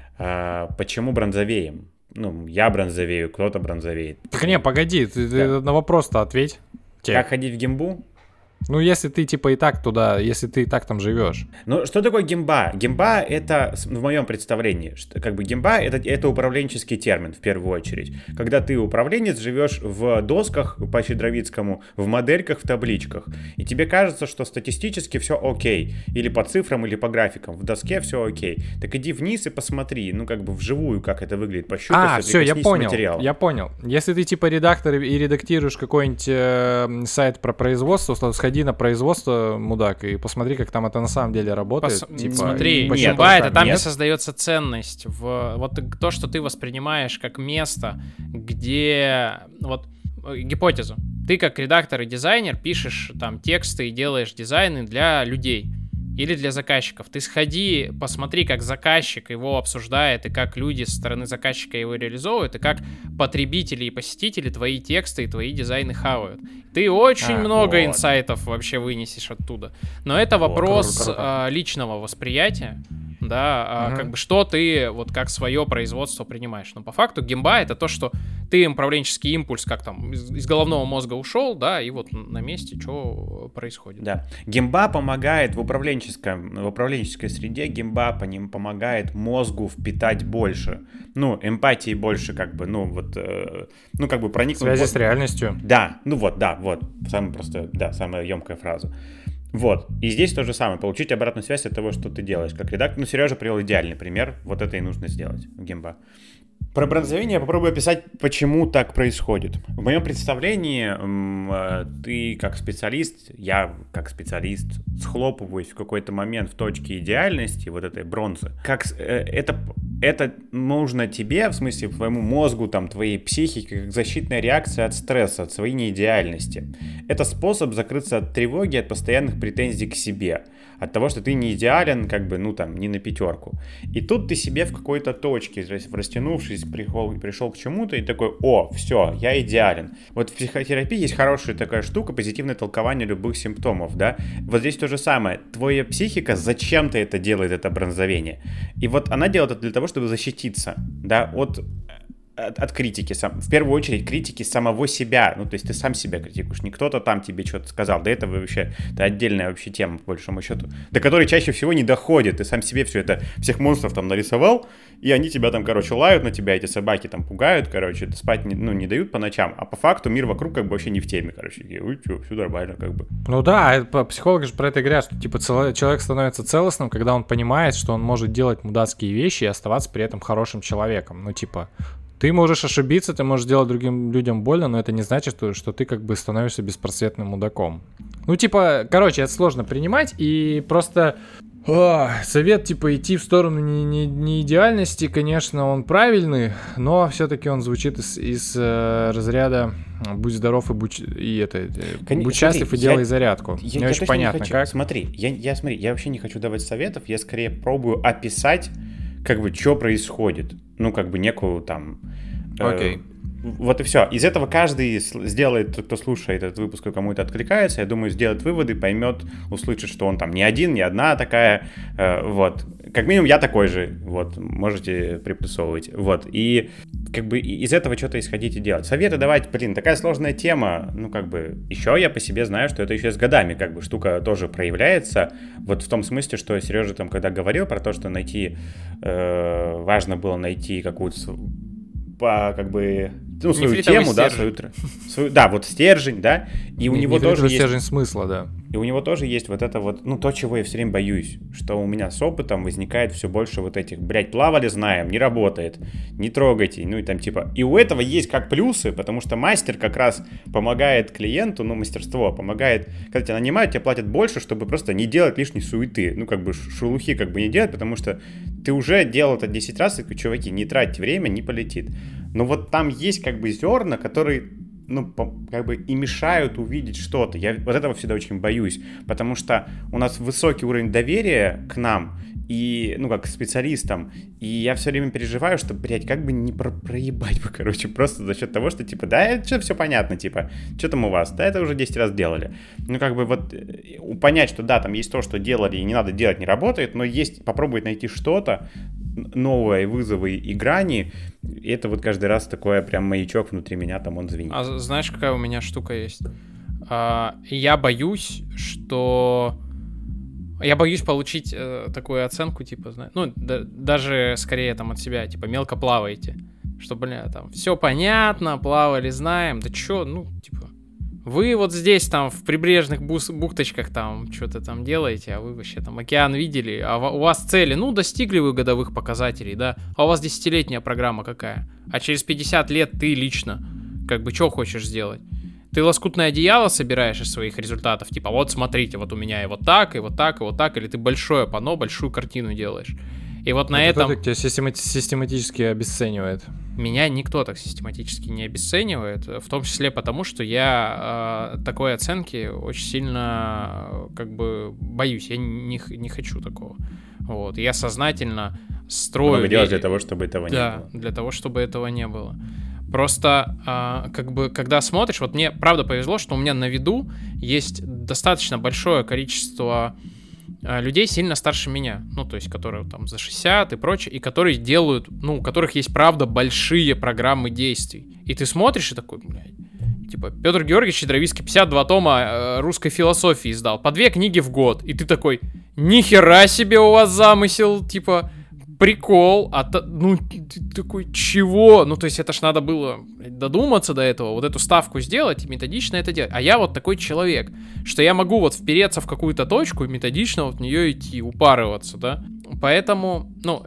Почему бронзовеем? Ну, я бронзовею, кто-то бронзовеет. Так не, погоди, ты, да. ты на вопрос-то ответь. Как ходить в гимбу? Ну, если ты, типа, и так туда, если ты и так там живешь. Ну, что такое гимба? Гимба — это, в моем представлении, что, как бы гимба — это, это управленческий термин, в первую очередь. Когда ты управленец, живешь в досках по Щедровицкому, в модельках, в табличках, и тебе кажется, что статистически все окей. Или по цифрам, или по графикам. В доске все окей. Так иди вниз и посмотри, ну, как бы вживую, как это выглядит, пощупай. А, все, я понял, материал. я понял. Если ты, типа, редактор и редактируешь какой-нибудь э, сайт про производство, сходи сходи на производство, мудак, и посмотри, как там это на самом деле работает. Пос... Типа, Смотри, гимба — это там, где создается ценность. В... Вот то, что ты воспринимаешь как место, где... Вот гипотезу. Ты как редактор и дизайнер пишешь там тексты и делаешь дизайны для людей или для заказчиков. Ты сходи, посмотри, как заказчик его обсуждает, и как люди со стороны заказчика его реализовывают, и как потребители и посетители твои тексты и твои дизайны хавают. Ты очень а, много вот. инсайтов вообще вынесешь оттуда. Но это вопрос О, круто, круто. А, личного восприятия. Да, угу. а, как бы что ты вот как свое производство принимаешь. Но по факту гимба — это то, что ты управленческий импульс как там из, из головного мозга ушел, да, и вот на месте что происходит. Да, гимба помогает в управленческом, в управленческой среде, гимба по ним помогает мозгу впитать больше, ну, эмпатии больше, как бы, ну, вот, э, ну, как бы проникнуть. Связи вот, с реальностью. Да, ну вот, да, вот, самая просто, да, самая емкая фраза. Вот, и здесь то же самое, получить обратную связь от того, что ты делаешь как редактор. Ну, Сережа привел идеальный пример, вот это и нужно сделать в гимба. Про бронзовение я попробую описать, почему так происходит. В моем представлении ты как специалист, я как специалист схлопываюсь в какой-то момент в точке идеальности вот этой бронзы. Как это, это нужно тебе, в смысле твоему мозгу, там, твоей психике, как защитная реакция от стресса, от своей неидеальности. Это способ закрыться от тревоги, от постоянных претензий к себе. От того, что ты не идеален, как бы, ну, там, не на пятерку. И тут ты себе в какой-то точке, растянувшись, пришел, пришел к чему-то и такой: о, все, я идеален. Вот в психотерапии есть хорошая такая штука, позитивное толкование любых симптомов, да. Вот здесь то же самое. Твоя психика зачем-то это делает, это бронзовение. И вот она делает это для того, чтобы защититься, да, от... От, от критики, сам, в первую очередь критики самого себя, ну то есть ты сам себя критикуешь, не кто-то там тебе что-то сказал, до этого вообще, это отдельная вообще тема по большому счету, до которой чаще всего не доходит, ты сам себе все это, всех монстров там нарисовал, и они тебя там, короче, лают на тебя, эти собаки там пугают, короче, спать не, ну, не дают по ночам, а по факту мир вокруг как бы вообще не в теме, короче, ой, что, все нормально как бы. Ну да, психологи же про это говорят, что типа человек становится целостным, когда он понимает, что он может делать мудацкие вещи и оставаться при этом хорошим человеком, ну типа... Ты можешь ошибиться, ты можешь делать другим людям больно, но это не значит, что, что ты как бы становишься беспросветным мудаком. Ну, типа, короче, это сложно принимать, и просто о, совет, типа, идти в сторону не, не, не идеальности, конечно, он правильный, но все-таки он звучит из, из э, разряда «будь здоров и будь, и это, Кон... будь счастлив смотри, и делай я, зарядку». Я, не я очень понятно, не хочу. как. Смотри я, я, смотри, я вообще не хочу давать советов, я скорее пробую описать, как бы, что происходит. Ну, как бы, некую там... Окей. Okay. Э, вот и все. Из этого каждый сделает, кто слушает этот выпуск, и кому это откликается, я думаю, сделает выводы, поймет, услышит, что он там не один, не одна такая. Э, вот. Как минимум, я такой же. Вот. Можете приплюсовывать. Вот. И как бы из этого что-то исходить и делать. Советы давать, блин, такая сложная тема. Ну, как бы, еще я по себе знаю, что это еще с годами, как бы, штука тоже проявляется. Вот в том смысле, что Сережа там, когда говорил про то, что найти, э, важно было найти какую-то, по, как бы, ну, свою тему, да, свою, свою, да, вот стержень, да, и у не, него не тоже есть... стержень смысла, да. И у него тоже есть вот это вот, ну, то, чего я все время боюсь, что у меня с опытом возникает все больше вот этих, блядь, плавали, знаем, не работает, не трогайте, ну, и там типа... И у этого есть как плюсы, потому что мастер как раз помогает клиенту, ну, мастерство помогает, когда тебя нанимают, тебе платят больше, чтобы просто не делать лишней суеты, ну, как бы шелухи как бы не делать, потому что ты уже делал это десять раз, и, чуваки, не тратьте время, не полетит. Но вот там есть как бы зерна, которые... ну, как бы и мешают увидеть что-то. Я вот этого всегда очень боюсь, потому что у нас высокий уровень доверия к нам, и, ну, как к специалистам, и я все время переживаю, что, блядь, как бы не про- проебать бы, короче, просто за счет того, что, типа, да, это все понятно, типа, что там у вас, да, это уже десять раз делали. Ну, как бы вот понять, что, да, там есть то, что делали, и не надо делать, не работает, но есть, попробовать найти что-то, новые вызовы и грани, и это вот каждый раз такой прям маячок внутри меня, там он звенит. А знаешь, какая у меня штука есть? А, я боюсь, что... Я боюсь получить э, такую оценку, типа, знаешь, ну, да, даже скорее там от себя, типа, мелко плаваете. Что, бля, там, все понятно, плавали, знаем, да чё, ну, типа... Вы вот здесь там в прибрежных бус- бухточках там что-то там делаете, а вы вообще там океан видели, а у вас цели, ну, достигли вы годовых показателей, да, а у вас десятилетняя программа какая, а через пятьдесят лет ты лично, как бы, что хочешь сделать? ты лоскутное одеяло собираешь из своих результатов, типа, вот смотрите, вот у меня и вот так, и вот так, и вот так, или ты большое панно, большую картину делаешь. И вот на это этом... Кто-то тебя системати- систематически обесценивает. Меня никто так систематически не обесценивает, в том числе потому, что я э, такой оценки очень сильно э, как бы боюсь, я не, не хочу такого. Вот, я сознательно строю... Много делать для того, чтобы этого да, не было. Да, для того, чтобы этого не было. Просто, а, как бы, когда смотришь, вот мне правда повезло, что у меня на виду есть достаточно большое количество а, людей сильно старше меня, ну, то есть, которые там за шестьдесят и прочее, и которые делают, ну, у которых есть, правда, большие программы действий. И ты смотришь и такой, блядь, типа, Петр Георгиевич Щедровицкий пятьдесят два тома э, русской философии издал, по две книги в год, и ты такой, нихера себе у вас замысел, типа... Прикол, а то, ну, ты такой, чего? Ну, то есть это ж надо было додуматься до этого, вот эту ставку сделать и методично это делать. А я вот такой человек, что я могу вот впереться в какую-то точку и методично вот в нее идти, упарываться, да. Поэтому, ну,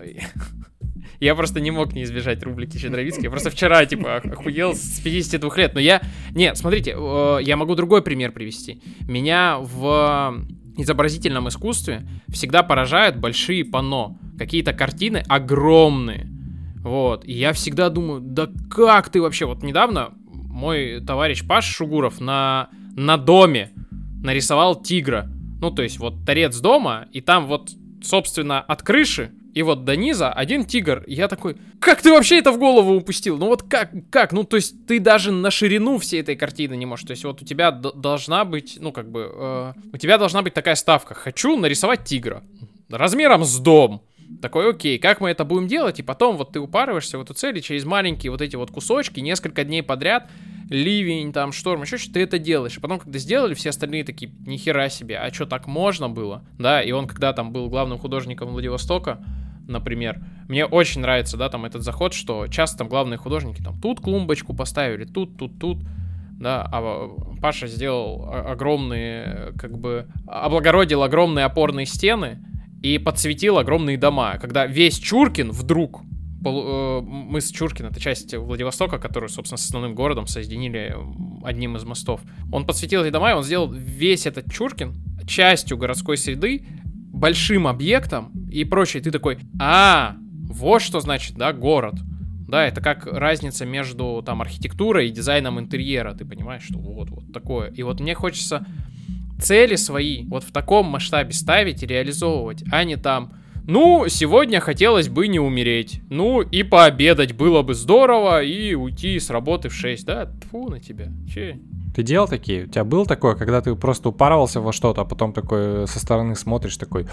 я просто не мог не избежать рубрики Щедровицкий. Я просто вчера, типа, охуел с пятидесяти двух лет. Но я, нет, смотрите, я могу другой пример привести. Меня в... изобразительном искусстве всегда поражают большие панно, какие-то картины огромные, вот, и я всегда думаю, да как ты вообще, вот недавно мой товарищ Паша Шугуров на, на доме нарисовал тигра, ну, то есть вот торец дома, и там вот, собственно, от крыши и вот до низа один тигр. И я такой, как ты вообще это в голову упустил? Ну вот как, как? Ну то есть ты даже на ширину всей этой картины не можешь. То есть вот у тебя д- должна быть, ну как бы, э, у тебя должна быть такая ставка. Хочу нарисовать тигра размером с дом. Такой, окей, как мы это будем делать? И потом вот ты упарываешься в эту цель, и через маленькие вот эти вот кусочки, несколько дней подряд, ливень, там, шторм, еще что-то, ты это делаешь. И потом, когда сделали, все остальные такие, нихера себе, а что, так можно было? Да, и он, когда там был главным художником Владивостока, например, мне очень нравится, да, там этот заход, что часто там главные художники там тут клумбочку поставили, тут, тут, тут, да, а Паша сделал огромные, как бы, облагородил огромные опорные стены и подсветил огромные дома, когда весь Чуркин вдруг, мыс Чуркин, это часть Владивостока, которую, собственно, с основным городом соединили одним из мостов, он подсветил эти дома, и он сделал весь этот Чуркин частью городской среды, большим объектом и прочее. Ты такой, а, вот что значит, да, город. Да, это как разница между там архитектурой и дизайном интерьера. Ты понимаешь, что вот, вот такое. И вот мне хочется цели свои вот в таком масштабе ставить и реализовывать, а не там, ну, сегодня хотелось бы не умереть. Ну, и пообедать было бы здорово, и уйти с работы в шесть. Да, тьфу на тебя. Че? Ты делал такие? У тебя было такое, когда ты просто упарывался во что-то, а потом такой со стороны смотришь, такой,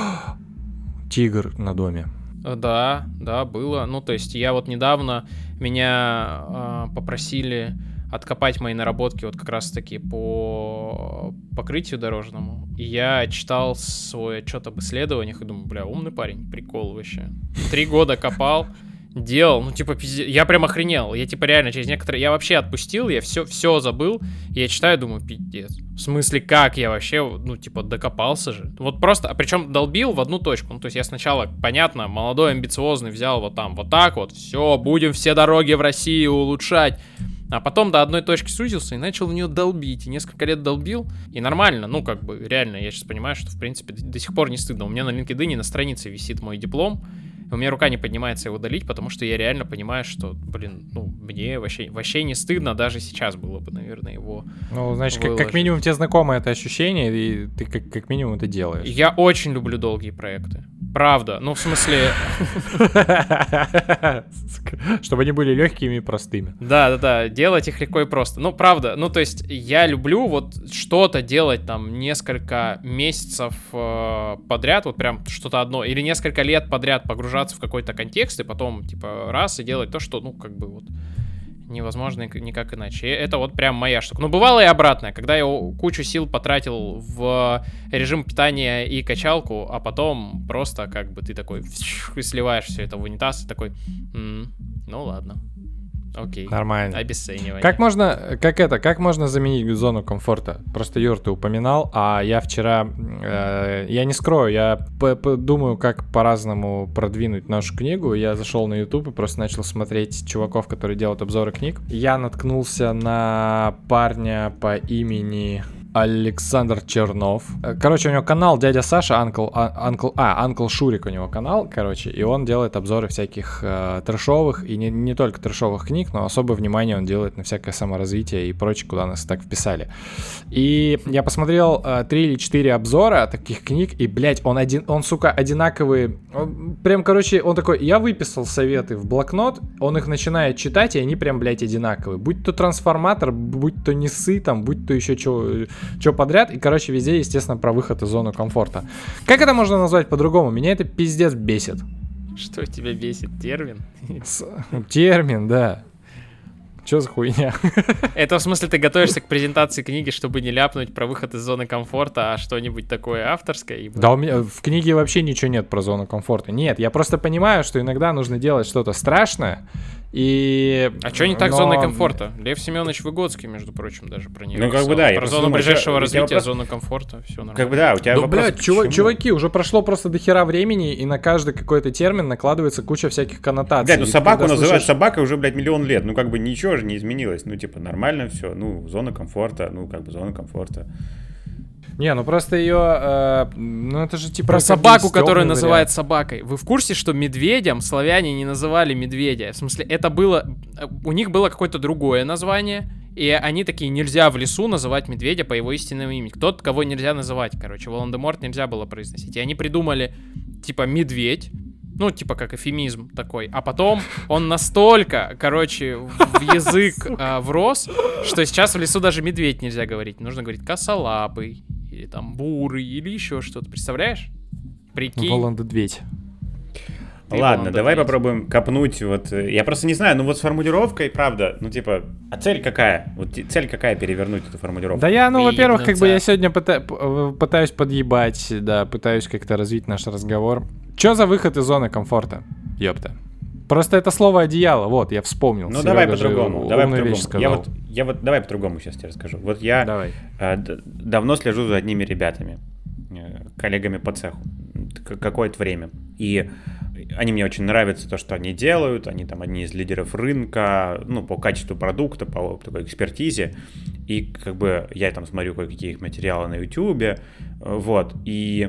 тигр на доме? Да, да, было. Ну, то есть я вот недавно, меня э, попросили откопать мои наработки вот как раз-таки по покрытию дорожному. И я читал свой отчет об исследованиях и думаю, бля, умный парень, прикол вообще. Три года копал, делал, ну, типа, пиздец, я прям охренел, я, типа, реально через некоторые, я вообще отпустил, я все, все забыл, и я читаю, думаю, пиздец, в смысле, как я вообще, ну, типа, докопался же, вот просто, а причем долбил в одну точку, ну, то есть я сначала, понятно, молодой, амбициозный, взял вот там, вот так вот, все, будем все дороги в России улучшать, а потом до одной точки сузился и начал в нее долбить, и несколько лет долбил, и нормально, ну, как бы, реально, я сейчас понимаю, что, в принципе, до, до сих пор не стыдно, у меня на LinkedIn на странице висит мой диплом, у меня рука не поднимается его удалить, потому что я реально понимаю, что, блин, ну, мне вообще, вообще не стыдно, даже сейчас было бы, наверное, его Ну, значит, как, как минимум тебе знакомо это ощущение, и ты как, как минимум это делаешь. Я очень люблю долгие проекты. Правда. Ну, в смысле... Чтобы они были легкими и простыми. Да-да-да, делать их легко и просто. Ну, правда, ну, то есть я люблю вот что-то делать там несколько месяцев э, подряд, вот прям что-то одно, или несколько лет подряд погружаться в какой-то контекст, и потом, типа, раз, и делать то, что, ну, как бы вот невозможно никак иначе. И это вот прям моя штука. Ну, бывало и обратное, когда я кучу сил потратил в режим питания и качалку, а потом просто как бы ты такой и сливаешь все это в унитаз, и такой, м-м, ну ладно. Окей. Нормально. Обесценивание. Как можно, как это, как можно заменить зону комфорта? Просто, Юр, ты упоминал, а я вчера, э, я не скрою, я п- п- думаю, как по-разному продвинуть нашу книгу. Я зашел на YouTube и просто начал смотреть чуваков, которые делают обзоры книг. Я наткнулся на парня по имени Александр Чернов. Короче, у него канал Дядя Саша, Uncle, Uncle, а, Uncle Шурик у него канал, короче, и он делает обзоры всяких э, трэшовых, и не, не только трэшовых книг, но особое внимание он делает на всякое саморазвитие и прочее, куда нас так вписали. И я посмотрел э, три или четыре обзора таких книг, и, блядь, он один, он, сука, одинаковый. Он, прям, короче, он такой, я выписал советы в блокнот, он их начинает читать, и они прям, блядь, одинаковые. Будь то трансформатор, будь то несы, там, будь то еще что... Что подряд, и, короче, везде, естественно, про выход из зоны комфорта. Как это можно назвать по-другому? Меня это пиздец бесит. Что тебя бесит? Термин? С... Термин, да. Что за хуйня? Это в смысле ты готовишься к презентации книги, чтобы не ляпнуть про выход из зоны комфорта, а что-нибудь такое авторское? И... Да, у меня в книге вообще ничего нет про зону комфорта. Нет, я просто понимаю, что иногда нужно делать что-то страшное. И... А что не так Но... с зоной комфорта? Лев Семенович Выгодский, между прочим, даже про нее Ну, как писал. бы да. Про зону думаю, ближайшего у тебя развития, вопрос... зону комфорта, все нормально. Как бы да, у тебя Да, вопрос, блядь, чува- почему? чуваки, уже прошло просто дохера времени, и на каждый какой-то термин накладывается куча всяких коннотаций. Блядь, ну И ты собаку когда называют слышишь- собакой уже, блядь, миллион лет. Ну, как бы ничего же не изменилось. Ну, типа, нормально все. Ну, зона комфорта, ну, как бы зона комфорта. Не, ну просто ее, э, ну это же типа... Про как собаку, стёбный которую вариант. называют собакой. Вы в курсе, что медведям славяне не называли медведя? В смысле, это было... У них было какое-то другое название, и они такие, нельзя в лесу называть медведя по его истинному имени. Тот, кого нельзя называть, короче. Волан-де-Морт нельзя было произносить. И они придумали, типа, медведь. Ну, типа, как эвфемизм такой. А потом он настолько, короче, в язык а, врос, что сейчас в лесу даже медведь нельзя говорить. Нужно говорить косолапый, или там бурый, или еще что-то. Представляешь? Прикинь. Волан-де-Медведь. Ты Ладно, Волан-де-Медведь. давай попробуем копнуть. Вот, э, я просто не знаю, ну вот с формулировкой, правда, ну типа, а цель какая? Вот те- цель какая перевернуть эту формулировку? Да я, ну, во-первых, как бы я Выебнуться. сегодня пыта- п- э, пытаюсь подъебать, да, пытаюсь как-то развить наш разговор. Чё за выход из зоны комфорта? Ёпта. Просто это слово одеяло, вот, я вспомнил. Ну Серега давай же по-другому, давай умную вещь по-другому. Я сказал. вот, я вот, давай по-другому сейчас тебе расскажу. Вот я Давай. э, д- давно слежу за одними ребятами, э, коллегами по цеху, к- какое-то время. И они мне очень нравятся, то, что они делают. Они там одни из лидеров рынка, ну, по качеству продукта, по такой экспертизе. И как бы я там смотрю кое-какие их материалы на Ютубе, э, вот. И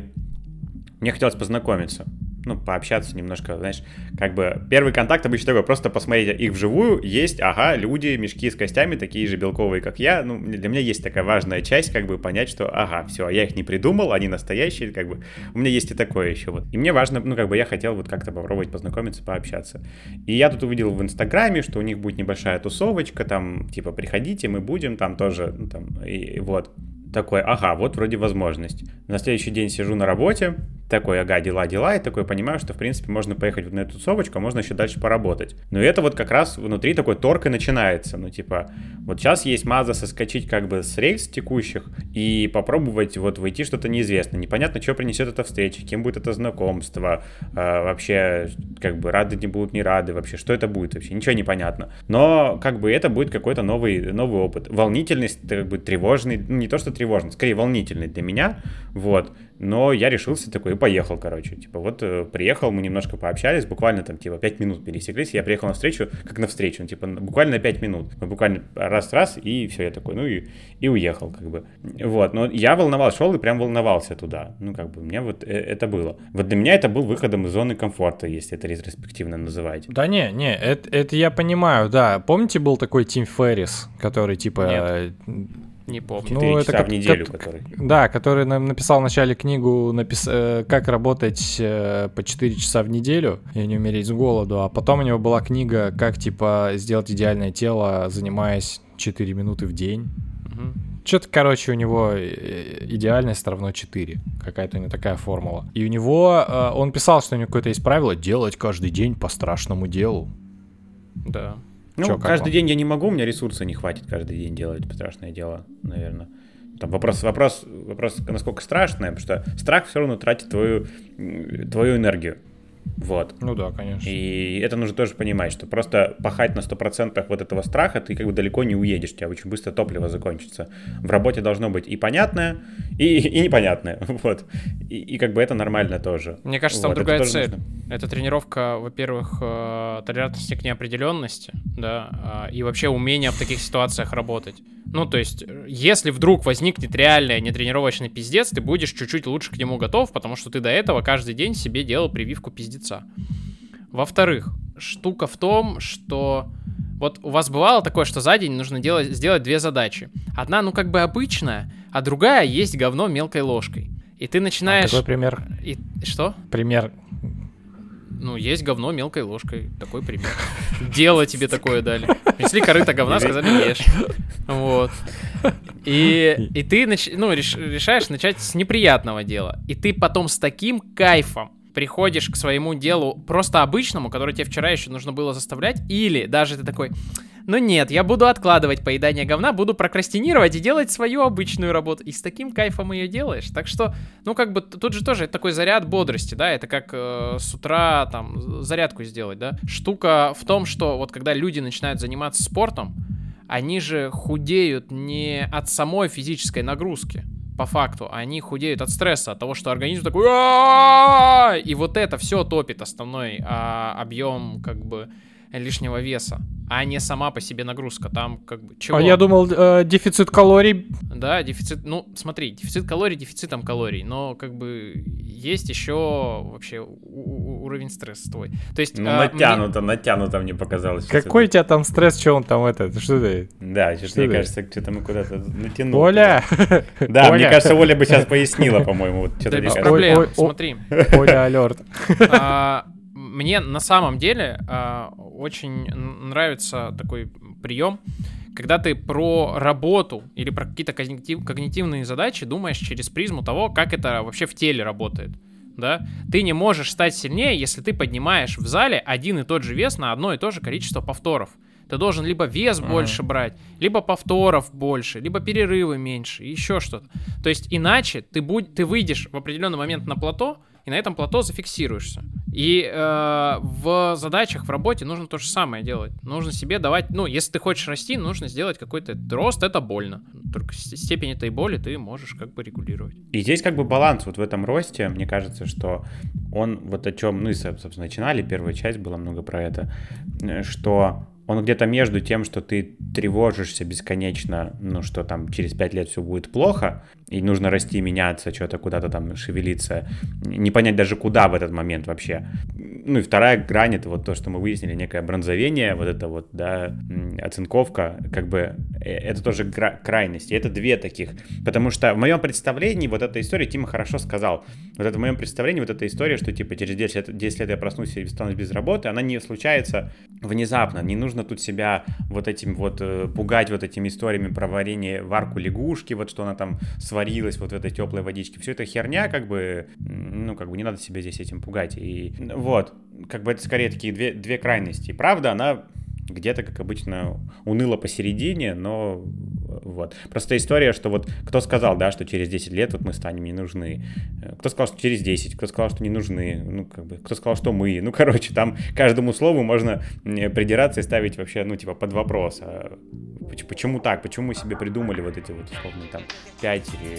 мне хотелось познакомиться. Ну, пообщаться немножко, знаешь, как бы первый контакт обычно такой, просто посмотреть их вживую, есть, ага, люди, мешки с костями, такие же белковые, как я, ну, для меня есть такая важная часть, как бы понять, что, ага, все, я их не придумал, они настоящие, как бы, у меня есть и такое еще, вот, и мне важно, ну, как бы я хотел вот как-то попробовать познакомиться, пообщаться, и я тут увидел в Инстаграме, что у них будет небольшая тусовочка, там, типа, приходите, мы будем, там тоже, ну, там, и, и вот, такой, ага, вот вроде возможность. На следующий день сижу на работе, такой, ага, дела, дела, и такой понимаю, что, в принципе, можно поехать на эту тусовочку, а можно еще дальше поработать. Но это вот как раз внутри такой торг и начинается. Ну, типа, вот сейчас есть маза соскочить как бы с рельс текущих и попробовать вот войти что-то неизвестное. Непонятно, что принесет эта встреча, кем будет это знакомство, э, вообще, как бы, рады не будут, не рады, вообще, что это будет вообще, ничего не понятно. Но, как бы, это будет какой-то новый, новый опыт. Волнительность, как бы, тревожный, ну, не то, что тревожный, скорее волнительный для меня, вот. Но я решился такой и поехал, короче. Типа вот э, приехал, мы немножко пообщались, буквально там типа пять минут пересеклись. Я приехал на встречу, как на встречу, ну, типа буквально пять минут. Мы буквально раз-раз, и все, я такой, ну и, и уехал, как бы. Вот, но я волновался, шел и прям волновался туда. Ну, как бы, у меня вот э, это было. Вот для меня это был выходом из зоны комфорта, если это ретроспективно называть. Да не, не, это, это я понимаю, да. Помните, был такой Тим Феррис, который типа... Нет. э, Не помню. Ну, Четыре это часа как- в неделю, как- который. Да, который нам написал в начале книгу напис... э, «Как работать э, по четыре часа в неделю и не умереть с голоду», а потом у него была книга «Как, типа, сделать идеальное тело, занимаясь четыре минуты в день». Мгм. Что-то, короче, у него э, идеальность равно четыре. Какая-то у него такая формула. И у него, э, он писал, что у него какое-то есть правило делать каждый день по страшному делу. Да. Ну, Чё, как каждый вам? день я не могу, у меня ресурса не хватит каждый день делать страшное дело, наверное. Там вопрос, вопрос, вопрос, насколько страшное, потому что страх все равно тратит твою, м, твою энергию. Вот. Ну да, конечно. И это нужно тоже понимать, что просто пахать на сто процентов вот этого страха, ты как бы далеко не уедешь, у тебя очень быстро топливо закончится. В работе должно быть и понятное, и, и непонятное, вот. И, и как бы это нормально тоже. Мне кажется, вот, там другая цель. Нужно. Это тренировка, во-первых, толерантности к неопределенности, да, и вообще умение в таких ситуациях работать. Ну, то есть, если вдруг возникнет реальный нетренировочный пиздец, ты будешь чуть-чуть лучше к нему готов, потому что ты до этого каждый день себе делал прививку пиздеца. Во-вторых, штука в том, что вот у вас бывало такое, что за день нужно делать, сделать две задачи. Одна, ну, как бы обычная, а другая есть говно мелкой ложкой. И ты начинаешь... А такой пример. И... Что? Пример. Ну, есть говно мелкой ложкой. Такой пример. Дело тебе такое дали. Принесли корыто говна, сказали ешь. Вот. И, и ты нач... ну, реш... решаешь начать с неприятного дела. И ты потом с таким кайфом приходишь к своему делу просто обычному, который тебе вчера еще нужно было заставлять. Или даже ты такой... Ну нет, я буду откладывать поедание говна, буду прокрастинировать и делать свою обычную работу. И с таким кайфом ее делаешь. Так что, ну как бы, тут же тоже такой заряд бодрости, да, это как э, с утра там зарядку сделать, да. Штука в том, что вот когда люди начинают заниматься спортом, они же худеют не от самой физической нагрузки, по факту, они худеют от стресса, от того, что организм такой... И вот это все топит основной объем, как бы, лишнего веса, а не сама по себе нагрузка. Там как бы чего? А я думал, э, дефицит калорий. Да, дефицит, ну смотри, дефицит калорий дефицитом калорий, но как бы есть еще вообще у- у- уровень стресса твой. То есть, Ну, а, натянуто, мне... натянуто мне показалось. Какой у тебя там стресс, что он там это, что ты? Да, что-то, Что мне ты? кажется, что-то мы куда-то натянули. Оля! Да, Оля. мне кажется, Оля бы сейчас пояснила, по-моему. Вот, что-то Да мне без кажется. проблем, Ой, ой, о- смотри. Оля, алерт. А, Мне на самом деле а, очень н- нравится такой прием, когда ты про работу или про какие-то когнитив- когнитивные задачи думаешь через призму того, как это вообще в теле работает. Да? Ты не можешь стать сильнее, если ты поднимаешь в зале один и тот же вес на одно и то же количество повторов. Ты должен либо вес Ага. больше брать, либо повторов больше, либо перерывы меньше, еще что-то. То есть иначе ты, будь, ты выйдешь в определенный момент на плато, и на этом плато зафиксируешься. И э, в задачах, в работе нужно то же самое делать. Нужно себе давать, ну, если ты хочешь расти, нужно сделать какой-то рост, это больно. Только с- степень этой боли ты можешь как бы регулировать. И здесь как бы баланс вот в этом росте, мне кажется, что он вот о чем, ну и, собственно, начинали, первая часть была много про это, э, что он где-то между тем, что ты тревожишься бесконечно, ну, что там через пять лет все будет плохо, и нужно расти, меняться, что-то куда-то там шевелиться, не понять даже куда в этот момент вообще. Ну и вторая грань, это вот то, что мы выяснили, некое бронзовение, вот это вот, да, м, оцинковка, как бы, э, это тоже гра- крайности, это две таких, потому что в моем представлении вот эта история, Тима хорошо сказал, вот это в моем представлении вот эта история, что типа через десять лет, десять лет я проснусь и останусь без работы, она не случается внезапно, не нужно тут себя вот этим вот э, пугать вот этими историями про варенье, варку лягушки, вот что она там сварилась вот в этой теплой водичке, все это херня, как бы, ну, как бы не надо себя здесь этим пугать, и вот, как бы это скорее такие две, две крайности, и правда, она где-то, как обычно, уныло посередине, но вот. Просто история, что вот кто сказал, да, что через десять лет вот мы станем не нужны, кто сказал, что через десять, кто сказал, что не нужны, ну, как бы, кто сказал, что мы, ну, короче, там каждому слову можно придираться и ставить вообще, ну, типа, под вопрос, а почему так, почему мы себе придумали вот эти вот, условно, там, пять или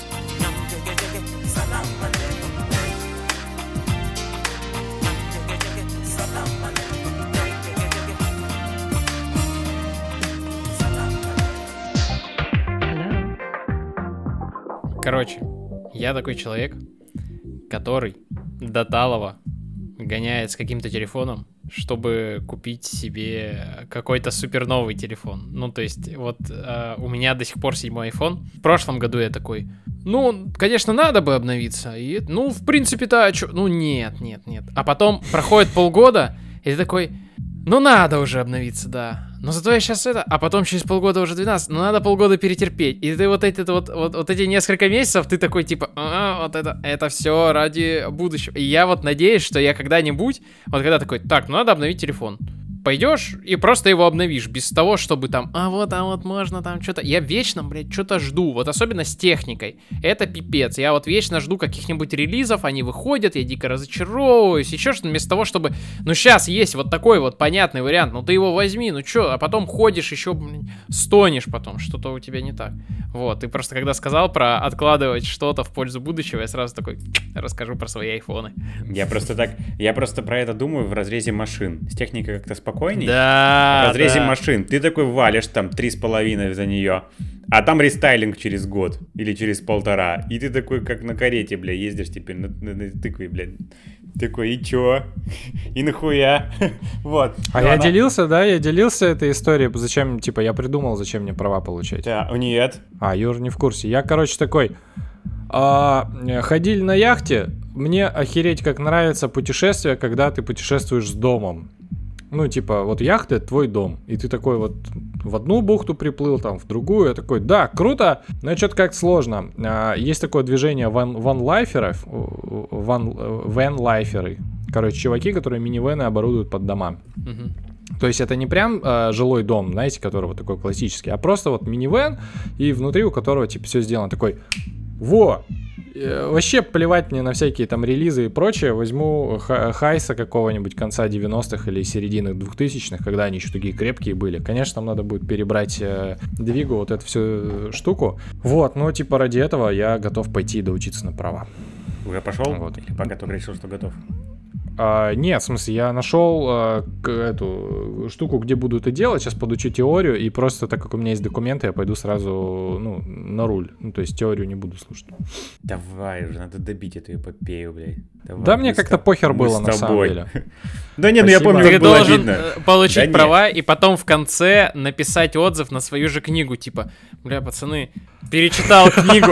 Короче, я такой человек, который до талого гоняет с каким-то телефоном, чтобы купить себе какой-то супер новый телефон. Ну, то есть, вот э, у меня до сих пор седьмой iPhone. В прошлом году я такой, ну, конечно, надо бы обновиться. И, ну, в принципе-то, а чё? Ну, нет, нет, нет. А потом проходит полгода, и ты такой, ну, надо уже обновиться, да. Но зато я сейчас это... А потом через полгода уже двенадцать, ну, надо полгода перетерпеть. И ты вот эти вот, вот, вот эти несколько месяцев, ты такой, типа, а, вот это, это все ради будущего. И я вот надеюсь, что я когда-нибудь, вот когда такой, так, ну, надо обновить телефон. пойдешь и просто его обновишь, без того, чтобы там, а вот, а вот можно там что-то. Я вечно, блядь, что-то жду, вот особенно с техникой. Это пипец. Я вот вечно жду каких-нибудь релизов, они выходят, я дико разочаровываюсь, еще что-то, вместо того, чтобы, ну сейчас есть вот такой вот понятный вариант, ну ты его возьми, ну что, а потом ходишь еще, блин, стонешь потом, что-то у тебя не так. Вот, ты просто когда сказал про откладывать что-то в пользу будущего, я сразу такой, расскажу про свои айфоны. Я просто так, я просто про это думаю в разрезе машин. С техникой как-то спокойней. Да, В разрезе да. машин. Ты такой валишь там три с половиной за нее, а там рестайлинг через год или через полтора. И ты такой, как на карете, бля, ездишь теперь на, на, на тыкве, блядь. Такой, и чё? И нахуя? Вот. А Но я она... делился, да, я делился этой историей, зачем, типа, я придумал, зачем мне права получать. Да, нет. А, Юр не в курсе. Я, короче, такой, а, ходили на яхте, мне охереть как нравится путешествие, когда ты путешествуешь с домом. Ну, типа, вот яхта — это твой дом. И ты такой вот в одну бухту приплыл, там, в другую. Я такой, да, круто, но что-то как-то сложно. А, есть такое движение ван, ванлайферов, ван, ванлайферы. Короче, чуваки, которые минивэны оборудуют под дома. Угу. То есть это не прям э, жилой дом, знаете, который вот такой классический, а просто вот минивэн, и внутри у которого, типа, все сделано. Такой, во! Вообще плевать мне на всякие там релизы и прочее. Возьму Хайса какого-нибудь конца девяностых или середины двухтысячных, когда они еще такие крепкие были. Конечно, там надо будет перебрать э, двигу, вот эту всю штуку. Вот, ну типа ради этого я готов пойти и доучиться на права. Уже пошел? Вот. Или пока только решил, что готов? А, нет, в смысле, я нашел а, к, эту штуку, где буду это делать. Сейчас подучу теорию, и просто, так как у меня есть документы, я пойду сразу, ну, на руль. Ну, то есть теорию не буду слушать. Давай уже, надо добить эту эпопею, блядь. Давай, да мне как-то тобой, похер было, на самом деле. Да не, ну я помню, Ты как было должен обидно. получить Да права и потом в конце написать отзыв на свою же книгу, типа, бля, пацаны, перечитал книгу,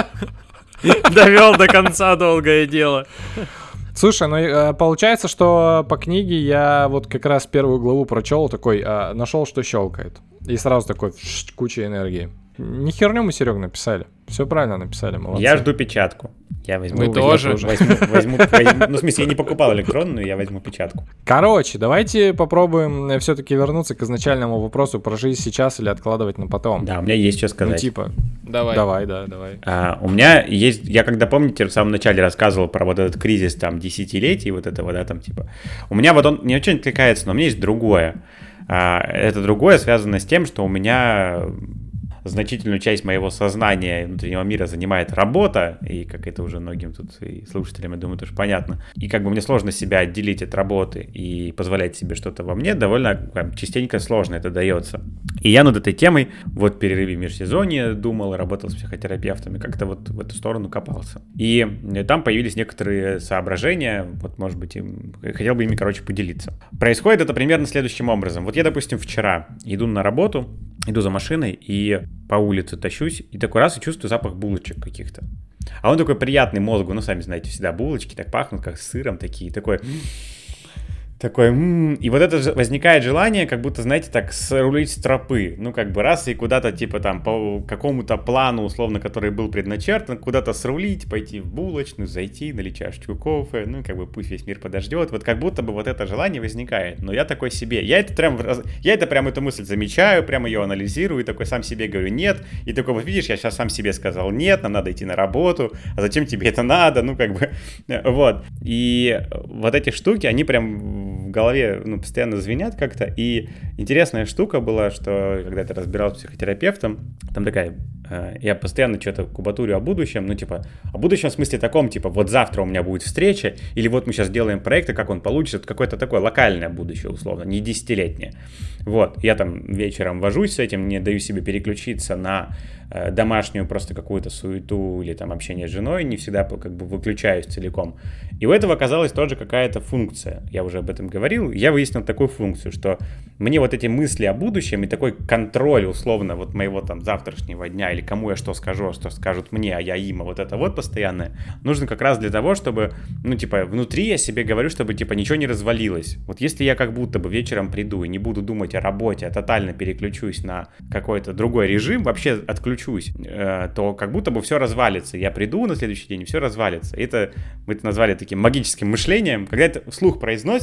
довел до конца долгое дело. Слушай, ну получается, что по книге я вот как раз первую главу прочел, такой, а, нашел, что щелкает. И сразу такой, куча энергии. Не херню мы, Серег, написали. Все правильно написали, молодцы. Я жду печатку. Я возьму, Мы возьму, тоже. Возьму, возьму, возьму, ну, в смысле, я не покупал электронную, я возьму печатку. Короче, давайте попробуем все-таки вернуться к изначальному вопросу про жизнь сейчас или откладывать на потом. Да, у меня есть что сказать. Ну, типа, Давай. давай, да, давай. А, у меня есть, я когда, помните, в самом начале рассказывал про вот этот кризис там десятилетий, вот этого, да, там типа, у меня вот он не очень откликается, но у меня есть другое. А, это другое связано с тем, что у меня значительную часть моего сознания внутреннего мира занимает работа, и как это уже многим тут и слушателям, я думаю, тоже понятно. И как бы мне сложно себя отделить от работы и позволять себе что-то во мне, довольно там, частенько сложно это дается. И я над этой темой вот в перерыве в межсезонье думал, работал с психотерапевтами, как-то вот в эту сторону копался. И там появились некоторые соображения, вот, может быть, им, хотел бы ими, короче, поделиться. Происходит это примерно следующим образом. Вот я, допустим, вчера иду на работу, иду за машиной и по улице тащусь, и такой раз и чувствую запах булочек каких-то. А он такой приятный мозгу, ну, сами знаете, всегда булочки так пахнут, как с сыром такие, такой... Такой, м-м-м. И вот это возникает желание, как будто, знаете, так срулить с тропы. Ну, как бы раз и куда-то, типа, там, по какому-то плану, условно, который был предначертан, куда-то срулить, пойти в булочную, зайти, налить чашечку кофе, ну, как бы пусть весь мир подождет. Вот как будто бы вот это желание возникает. Но я такой себе, я это прям, я это прям эту мысль замечаю, прям ее анализирую, и такой сам себе говорю нет. И такой, вот видишь, я сейчас сам себе сказал нет, нам надо идти на работу, а зачем тебе это надо? Ну, как бы, вот. И вот эти штуки, они прям в голове, ну, постоянно звенят как-то, и интересная штука была, что когда ты разбирался с психотерапевтом, там такая, э, я постоянно что-то кубатурю о будущем, ну, типа, о будущем в смысле таком, типа, вот завтра у меня будет встреча, или вот мы сейчас делаем проект, и как он получится, это какое-то такое локальное будущее, условно, не десятилетнее. Вот, я там вечером вожусь с этим, не даю себе переключиться на э, домашнюю просто какую-то суету или там общение с женой, не всегда как бы выключаюсь целиком. И у этого оказалась тоже какая-то функция, я уже об этом говорил, я выяснил такую функцию, что мне вот эти мысли о будущем и такой контроль, условно, вот моего там завтрашнего дня, или кому я что скажу, а что скажут мне, а я им, а вот это вот постоянное, нужно как раз для того, чтобы, ну, типа, внутри я себе говорю, чтобы, типа, ничего не развалилось. Вот если я как будто бы вечером приду и не буду думать о работе, а тотально переключусь на какой-то другой режим, вообще отключусь, э, то как будто бы все развалится. Я приду на следующий день, и все развалится. И это мы это назвали таким магическим мышлением. Когда это вслух произносишь,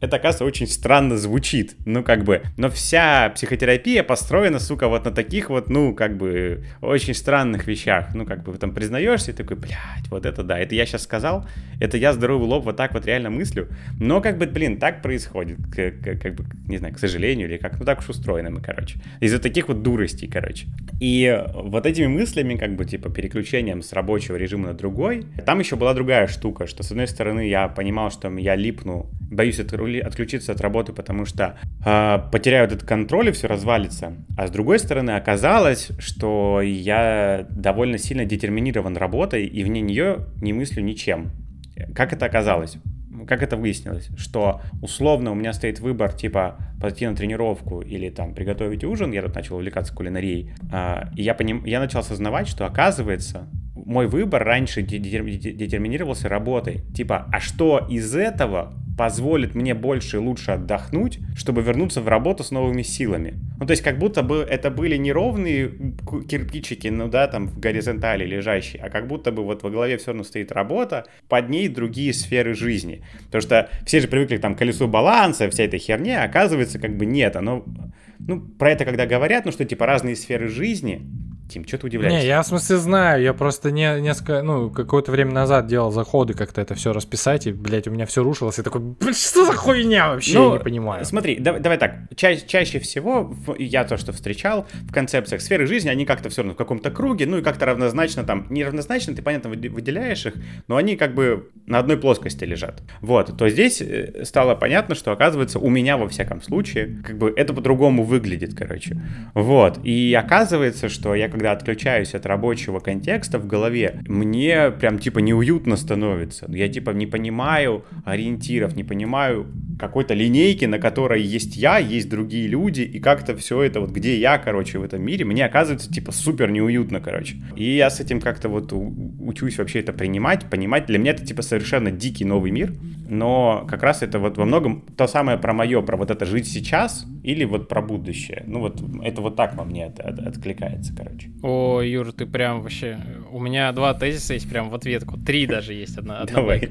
это, оказывается, очень странно звучит. Ну, как бы, но вся психотерапия построена, сука, вот на таких вот, ну, как бы, очень странных вещах. Ну, как бы, вы там признаешься и такой, блядь, вот это да, это я сейчас сказал, это я здоровый лоб вот так вот реально мыслю. Но, как бы, блин, так происходит, как, как бы, не знаю, к сожалению, или как, ну, так уж устроены мы, короче. Из-за таких вот дуростей, короче. И вот этими мыслями, как бы, типа, переключением с рабочего режима на другой, там еще была другая штука, что, с одной стороны, я понимал, что я липну, боюсь отключиться от работы, потому что э, потеряю этот контроль и все развалится. А с другой стороны, оказалось, что я довольно сильно детерминирован работой и вне нее не мыслю ничем. Как это оказалось? Как это выяснилось? Что условно у меня стоит выбор, типа, пойти на тренировку или там приготовить ужин, я тут начал увлекаться кулинарией, э, и я, поним... я начал осознавать, что оказывается, мой выбор раньше детерминировался работой. Типа, а что из этого позволит мне больше и лучше отдохнуть, чтобы вернуться в работу с новыми силами? Ну, то есть, как будто бы это были не ровные кирпичики, ну да, там в горизонтали лежащие, а как будто бы вот во главе все равно стоит работа, под ней другие сферы жизни. Потому что все же привыкли там к колесу баланса, вся эта херня, оказывается, как бы нет. Оно, ну, про это когда говорят, ну, что типа разные сферы жизни. Тим, что ты удивляешься? Не, я в смысле знаю, я просто не, несколько, ну, какое-то время назад делал заходы как-то это все расписать, и, блядь, у меня все рушилось, и такой, блядь, что за хуйня вообще, ну, я не понимаю. Смотри, давай, давай так, ча- чаще всего, я то, что встречал в концепциях сферы жизни, они как-то все равно в каком-то круге, ну, и как-то равнозначно там, не равнозначно, ты, понятно, выделяешь их, но они как бы на одной плоскости лежат. Вот, то здесь стало понятно, что, оказывается, у меня, во всяком случае, как бы это по-другому выглядит, короче. Вот, и оказывается, что я когда отключаюсь от рабочего контекста в голове, мне прям типа неуютно становится. Я типа не понимаю ориентиров, не понимаю какой-то линейки, на которой есть я, есть другие люди, и как-то все это вот, где я, короче, в этом мире, мне оказывается типа супер неуютно, короче. И я с этим как-то вот учусь вообще это принимать, понимать. Для меня это типа совершенно дикий новый мир, но как раз это вот во многом то самое про мое, про вот это жить сейчас или вот про будущее. Ну вот это вот так во мне это, это откликается, короче. О, Юр, ты прям вообще... У меня два тезиса есть прям в ответку. Три даже есть. Одна, одна Давай.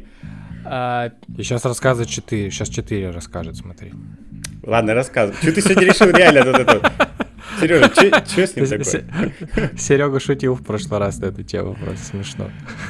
А... И сейчас рассказывает четыре. Сейчас четыре расскажет, смотри. Ладно, рассказывай. Что ты сегодня решил реально вот это... Сережа, что с ним такое? Серега шутил в прошлый раз на эту тему, просто смешно.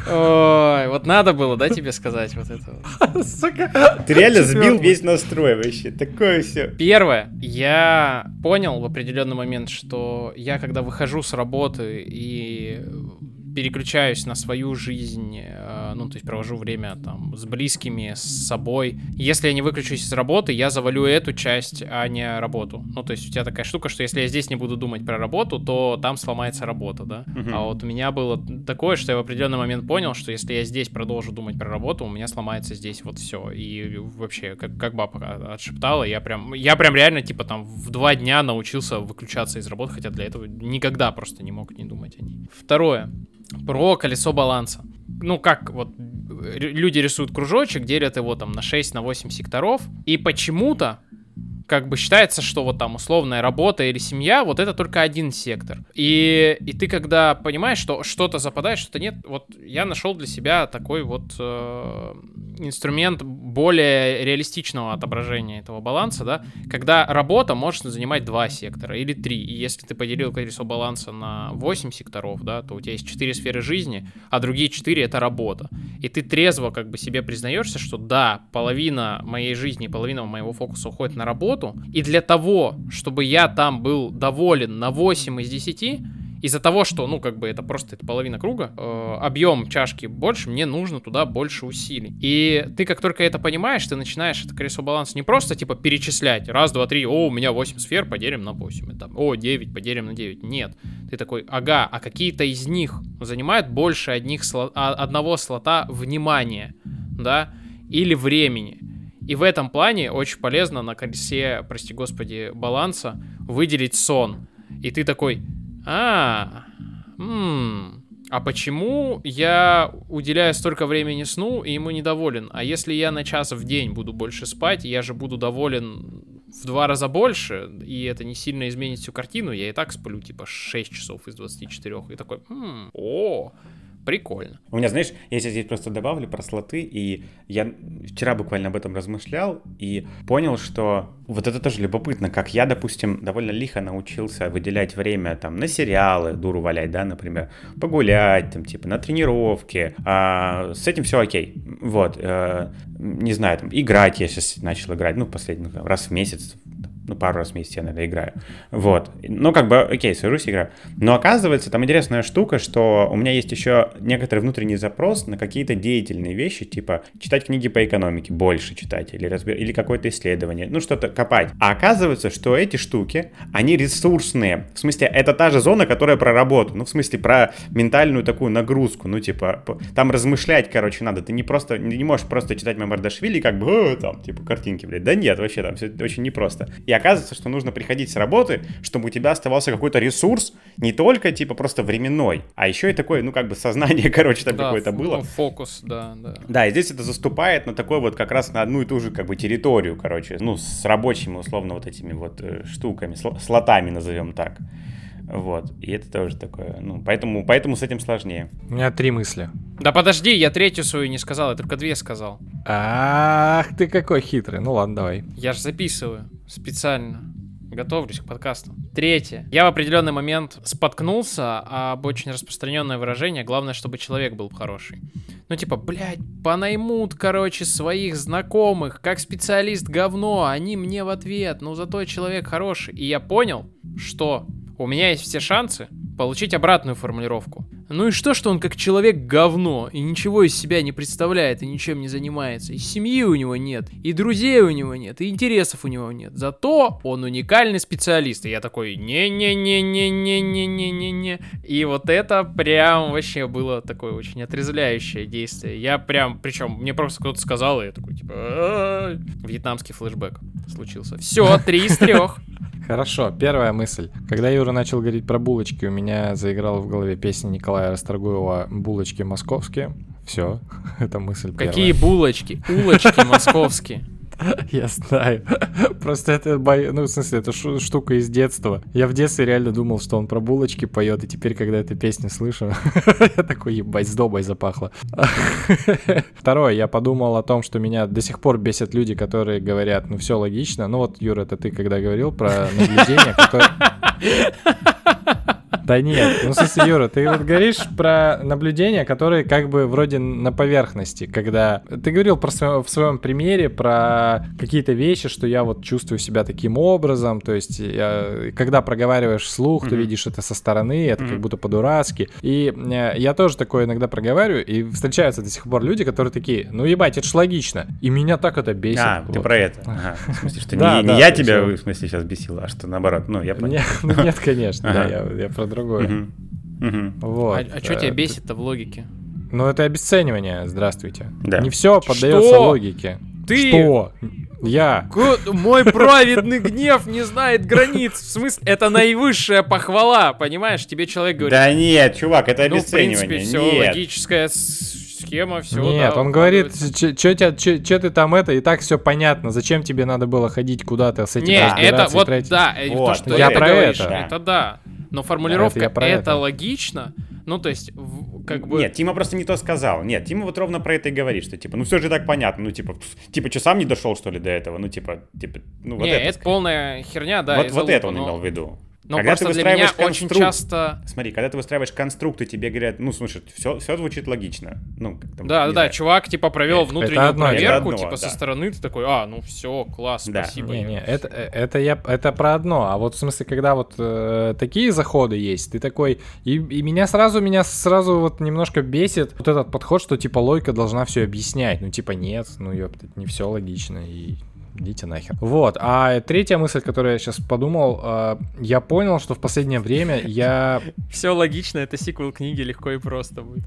Ой, вот надо было, да, тебе сказать вот это? Сука. Ты реально сбил весь настрой вообще, такое все. Первое, я понял в определенный момент, что я когда выхожу с работы и переключаюсь на свою жизнь, ну, то есть провожу время там с близкими, с собой. Если я не выключусь из работы, я завалю эту часть, а не работу. Ну, то есть у тебя такая штука, что если я здесь не буду думать про работу, то там сломается работа, да? Uh-huh. А вот у меня было такое, что я в определенный момент понял, что если я здесь продолжу думать про работу, у меня сломается здесь вот все. И вообще, как, как бабка отшептала, я прям, я прям реально, типа, там, в два дня научился выключаться из работы, хотя для этого никогда просто не мог не думать о ней. Второе. Про колесо баланса. Ну, как вот люди рисуют кружочек, делят его там на шесть, на восемь секторов, и почему-то как бы считается, что вот там условная работа или семья, вот это только один сектор. И, и ты когда понимаешь, что что-то западает, что-то нет, вот я нашел для себя такой вот э, инструмент более реалистичного отображения этого баланса, да, когда работа может занимать два сектора или три. И если ты поделил колесо баланса на восемь секторов, да, то у тебя есть четыре сферы жизни, а другие четыре — это работа. И ты трезво как бы себе признаешься, что да, половина моей жизни, половина моего фокуса уходит на работу, и для того, чтобы я там был доволен на восемь из десяти, из-за того, что, ну, как бы это просто это половина круга, э, объем чашки больше, мне нужно туда больше усилий. И ты как только это понимаешь, ты начинаешь это колесо баланса не просто, типа, перечислять. Раз, два, три, о, у меня восемь сфер, поделим на восемь. Там, о, девять, поделим на девять. Нет. Ты такой, ага, а какие-то из них занимают больше одних сло- одного слота внимания, да, или времени. И в этом плане очень полезно на колесе, прости господи, баланса выделить сон. И ты такой, а, м- а почему я уделяю столько времени сну и ему недоволен? А если я на час в день буду больше спать, я же буду доволен в два раза больше, и это не сильно изменит всю картину, я и так сплю типа шесть часов из двадцати четырёх. И такой, м- о, Прикольно. У меня, знаешь, я здесь просто добавлю про слоты, и я вчера буквально об этом размышлял и понял, что вот это тоже любопытно, как я, допустим, довольно лихо научился выделять время там на сериалы, дуру валять, да, например, погулять, там, типа, на тренировки, а, с этим все окей, вот, а, не знаю, там, играть я сейчас начал играть, ну, последний, ну, раз в месяц, ну, пару раз в месяц я, наверное, играю. Вот. Ну, как бы, окей, сажусь, играю. Но оказывается, там интересная штука, что у меня есть еще некоторый внутренний запрос на какие-то деятельные вещи, типа читать книги по экономике, больше читать, или, разбир... или какое-то исследование, ну, что-то копать. А оказывается, что эти штуки, они ресурсные. В смысле, это та же зона, которая про работу. Ну, в смысле, про ментальную такую нагрузку. Ну, типа, там размышлять, короче, надо. Ты не просто, не можешь просто читать Мамардашвили, как бы, там, типа, картинки, блядь. Да нет, вообще, там все очень непросто. И оказывается, что нужно приходить с работы, чтобы у тебя оставался какой-то ресурс, не только, типа, просто временной, а еще и такое, ну, как бы сознание, короче, там да, какое-то было. Ну, фокус, да, да. Да, и здесь это заступает на такой вот как раз на одну и ту же, как бы, территорию, короче, ну, с рабочими, условно, вот этими вот э, штуками, сл- слотами, назовем так. Вот, и это тоже такое, ну, поэтому, поэтому с этим сложнее. У меня три мысли. Да подожди, я третью свою не сказал, я только две сказал. Ах, ты какой хитрый. Ну ладно, давай. Я же записываю специально. Готовлюсь к подкасту. Третье. Я в определенный момент споткнулся об очень распространенное выражение. Главное, чтобы человек был хороший. Ну, типа, блядь, понаймут, короче, своих знакомых, как специалист говно, они мне в ответ, ну, зато человек хороший. И я понял, что у меня есть все шансы получить обратную формулировку. Ну и что, что он как человек говно, и ничего из себя не представляет, и ничем не занимается, и семьи у него нет, и друзей у него нет, и интересов у него нет. Зато он уникальный специалист. И я такой, не-не-не-не-не-не-не-не-не. И вот это прям вообще было такое очень отрезвляющее действие. Я прям, причем мне просто кто-то сказал, и я такой, типа, вьетнамский флешбэк случился. Все, три из трех. Хорошо, первая мысль. Когда Юра начал говорить про булочки, у меня заиграла в голове песня Николая Расторгуева «Булочки московские». Все, это мысль первая. Какие булочки? Улочки московские. Я знаю. Просто это, ну, в смысле, это штука из детства. Я в детстве реально думал, что он про булочки поет, и теперь, когда эту песню слышу, я такой, ебать, с добой запахло. Второе, я подумал о том, что меня до сих пор бесят люди, которые говорят, ну, все логично. Ну, вот, Юра, это ты когда говорил про наблюдение, которое... Да нет, ну, в смысле, Юра, ты вот говоришь про наблюдения, которые как бы вроде на поверхности, когда... Ты говорил про сво... в своем примере про какие-то вещи, что я вот чувствую себя таким образом, то есть я... когда проговариваешь вслух, mm-hmm. ты видишь это со стороны, это mm-hmm. как будто по-дурацки, и я тоже такое иногда проговариваю, и встречаются до сих пор люди, которые такие, ну, ебать, это ж логично, и меня так это бесит. А, вот. Ты про это? Ага. В смысле, что не, не я тебя, в смысле, сейчас бесил, а что наоборот, ну, я понял. Нет, конечно, да, я про другое. Uh-huh. Uh-huh. Вот. А, а что тебя бесит-то в логике? Ну, это обесценивание, здравствуйте. Да. Не все поддается Что? логике. Ты? Что? Я. Мой праведный гнев не знает границ. В смысле, это наивысшая похвала, понимаешь? Тебе человек говорит... Да нет, чувак, это ну, обесценивание. в принципе, все, нет. логическая схема, все. Нет, да, он говорит, что ты там это, и так все понятно. Зачем тебе надо было ходить куда-то с этим Нет, это вот, тратить? да, вот, то, что я ты про говоришь, это. это да. Но формулировка это, это, это. это логично. Ну, то есть, в, как бы... Нет, Тима просто не то сказал. Нет, Тима вот ровно про это и говорит, что типа, ну все же так понятно, ну типа, типа, что сам не дошел, что ли, до этого? Ну типа, типа, ну вот не, это. это полная херня, да. Вот, вот залупа, это он но... имел в виду. Но когда просто ты для меня выстраиваешь очень конструкт... часто... Смотри, когда ты выстраиваешь конструкт, и тебе говорят, ну, слушай, все, все звучит логично. Ну, как там, Да, да, да, знаю. чувак, типа, провел Это внутреннюю одно, это проверку, одно, типа, да. со стороны ты такой, а, ну все, класс, Да. спасибо. Не, не, это, это, я, это про одно, а вот в смысле, когда вот э, такие заходы есть, ты такой, и, и меня сразу, меня сразу вот немножко бесит вот этот подход, что типа логика должна все объяснять, ну типа нет, ну ёпта, не все логично, и идите нахер. Вот, а третья мысль, которую я сейчас подумал, э, я понял, что в последнее время я... Все логично, это сиквел книги «Легко и просто» будет.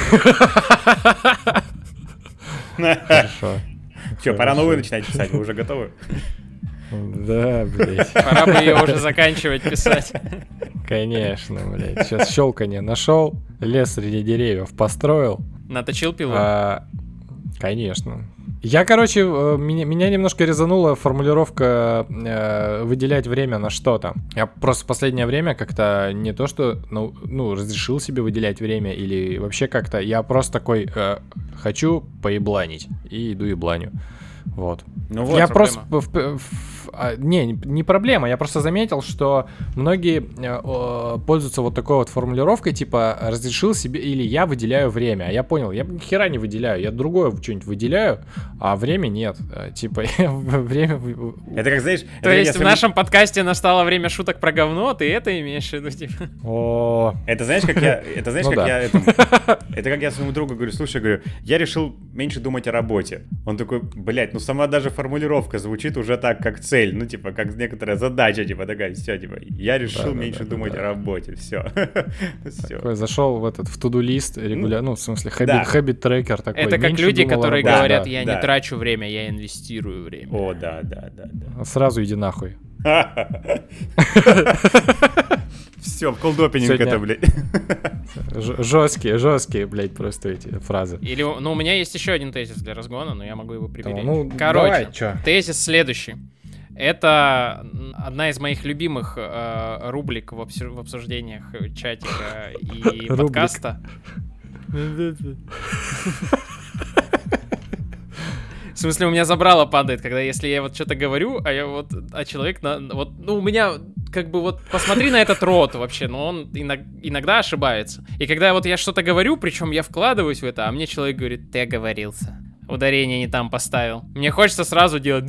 Хорошо. Че, пора новую начинать писать, вы уже готовы? Да, блядь. Пора бы ее уже заканчивать писать. Конечно, блядь. Сейчас щелканье нашел, лес среди деревьев построил. Наточил пилу? А, конечно. Я, короче, меня, меня немножко резанула формулировка э, выделять время на что-то. Я просто в последнее время как-то не то, что ну, ну разрешил себе выделять время или вообще как-то, я просто такой э, хочу поебланить и иду ебланю. Вот. Ну вот, я проблема. просто... В, в, а, не, не проблема, я просто заметил, что многие э, пользуются вот такой вот формулировкой, типа разрешил себе или я выделяю время. А я понял, я ни хера не выделяю, я другое что-нибудь выделяю, а время нет. Типа время... Это как, знаешь... То есть в нашем подкасте настало время шуток про говно, ты это имеешь в виду, типа? О. Это знаешь, как я... Это знаешь, как я... Это как я своему другу говорю, слушай, говорю, я решил меньше думать о работе. Он такой, блядь, ну сама даже формулировка звучит уже так, как цель, ну, типа, как некоторая задача, типа, такая, все, типа, я решил да, меньше да, думать да. о работе, все. Такой зашел в этот, в to-do-list регулярно, ну, в смысле, habit-трекер такой. Это как люди, которые говорят, я не трачу время, я инвестирую время. О, да, да, да. Сразу иди нахуй. Все, в колдопининг это, блядь. Жесткие, жесткие, блядь, просто эти фразы. Или, ну, у меня есть еще один тезис для разгона, но я могу его приберечь. Ну, Короче, давай, тезис следующий. Это одна из моих любимых э, рубрик в, обс- в обсуждениях чатика и подкаста. В смысле, у меня забрало падает, когда если я вот что-то говорю, а я вот, а человек, на, вот, ну, у меня, как бы, вот, посмотри на этот рот вообще, но он иног, иногда ошибается. И когда вот я что-то говорю, причем я вкладываюсь в это, а мне человек говорит, ты оговорился. Ударение не там поставил. Мне хочется сразу делать...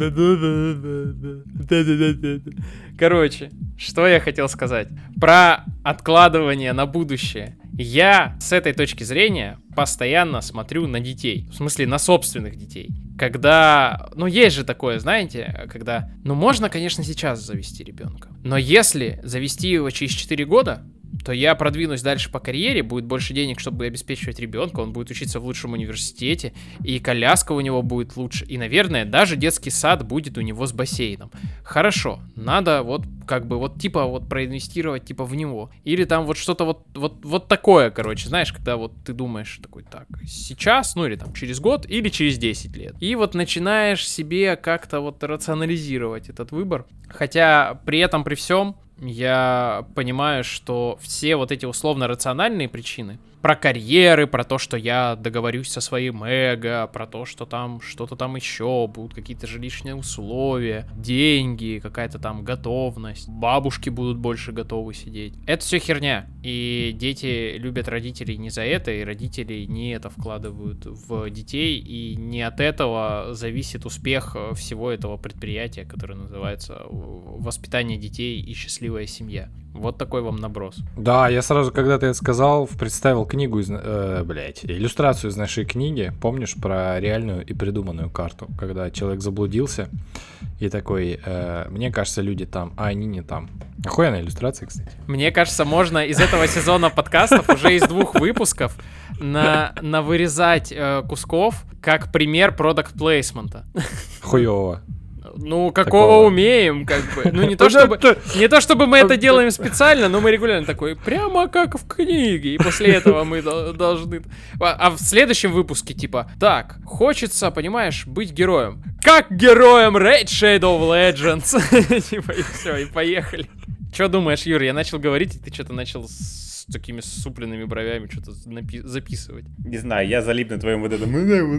Короче, что я хотел сказать? Про откладывание на будущее. Я с этой точки зрения постоянно смотрю на детей. В смысле, на собственных детей. Когда... Ну, есть же такое, знаете, когда... Ну, можно, конечно, сейчас завести ребенка. Но если завести его через четыре года, то я продвинусь дальше по карьере, будет больше денег, чтобы обеспечивать ребенка, он будет учиться в лучшем университете, и коляска у него будет лучше, и, наверное, даже детский сад будет у него с бассейном. Хорошо, надо вот как бы вот типа вот проинвестировать типа в него. Или там вот что-то вот, вот, вот такое, короче, знаешь, когда вот ты думаешь такой, так, сейчас, ну или там через год, или через десять лет. И вот начинаешь себе как-то вот рационализировать этот выбор. Хотя при этом, при всем, я понимаю, что все вот эти условно-рациональные причины про карьеры, про то, что я договорюсь со своим эго, про то, что там что-то там еще, будут какие-то жилищные условия, деньги, какая-то там готовность, бабушки будут больше готовы сидеть. Это все херня. И дети любят родителей не за это, и родители не это вкладывают в детей, и не от этого зависит успех всего этого предприятия, которое называется «Воспитание детей и счастливая семья». Вот такой вам наброс. Да, я сразу, когда ты это сказал, представил книгу, из, э, блядь, иллюстрацию из нашей книги. Помнишь про реальную и придуманную карту? Когда человек заблудился и такой, э, мне кажется, люди там, а они не там. Охуенная иллюстрация, кстати. Мне кажется, можно из этого сезона подкастов уже из двух выпусков на, на вырезать э, кусков как пример продакт-плейсмента. Хуёво. Ну, какого Такого. умеем, как бы. Ну, не то, чтобы, не то, чтобы мы это делаем специально, но мы регулярно такой, прямо как в книге. И после этого мы должны... А, а в следующем выпуске, типа, так, хочется, понимаешь, быть героем. Как героем Raid Shadow Legends. Типа, и все, и поехали. Что думаешь, Юр, я начал говорить, и ты что-то начал с такими супленными бровями что-то напи- записывать. Не знаю, я залип на твоем вот этом...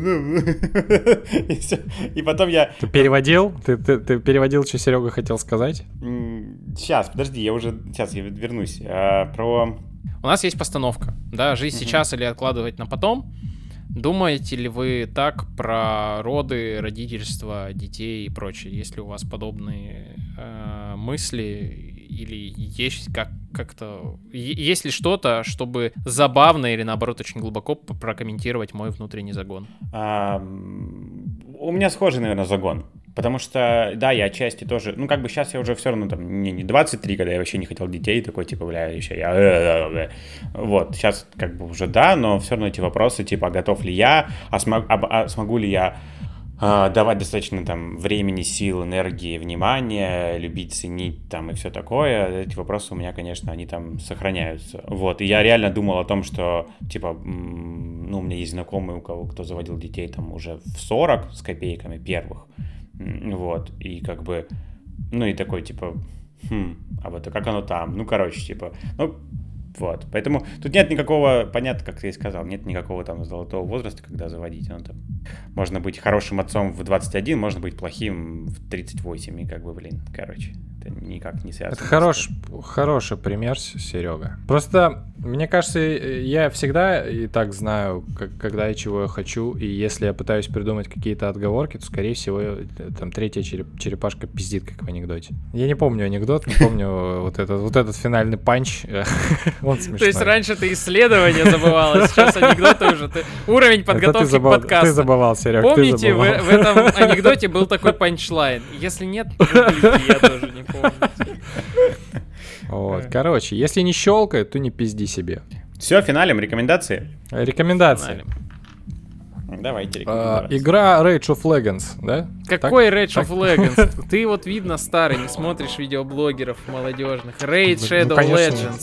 И потом я... Ты переводил? Ты, ты, ты переводил, что Серега хотел сказать? Сейчас, подожди, я уже... Сейчас я вернусь. А, про... У нас есть постановка, да, жить uh-huh. сейчас или откладывать на потом. Думаете ли вы так про роды, родительство, детей и прочее? Есть ли у вас подобные э, мысли или есть как, как-то... Есть ли что-то, чтобы забавно или, наоборот, очень глубоко прокомментировать мой внутренний загон? А, у меня схожий, наверное, загон. Потому что, да, я отчасти тоже... Ну, как бы сейчас я уже все равно там... Не, не двадцать три, когда я вообще не хотел детей, такой, типа, бля, еще я... Вот, сейчас как бы уже да, но все равно эти вопросы, типа, а готов ли я, а, смог, а, а смогу ли я э, давать достаточно там времени, сил, энергии, внимания, любить, ценить там и все такое. Эти вопросы у меня, конечно, они там сохраняются. Вот, и я реально думал о том, что, типа, м- ну, у меня есть знакомые, у кого, кто заводил детей там уже в сорок с копейками первых, вот, и как бы, ну, и такой, типа, хм, а вот как оно там? Ну, короче, типа, ну, вот, поэтому тут нет никакого, понятно, как ты и сказал, нет никакого там золотого возраста, когда заводить, ну, там, можно быть хорошим отцом в двадцать один, можно быть плохим в тридцать восемь, и как бы, блин, короче, это никак не связано. Это хорош, хороший пример, Серега. Просто, мне кажется, я всегда и так знаю, как, когда и чего я хочу, и если я пытаюсь придумать какие-то отговорки, то, скорее всего, там третья череп, черепашка пиздит, как в анекдоте. Я не помню анекдот, не помню вот этот, вот этот финальный панч, он смешной. То есть раньше ты исследования забывала, сейчас анекдоты уже, ты уровень подготовки к подкасту. Ты забывал, Серег, Помните, в, в этом анекдоте был такой панчлайн? Если нет, гуглите, я тоже не помню. Вот, короче, если не щелкает, то не пизди себе. Все, финалем, рекомендации? Рекомендации. Давайте а, игра Rage of Legends, да? Какой так? Rage так? of Legends? Ты вот, видно, старый, не смотришь видеоблогеров молодежных. Raid Shadow ну, Legends.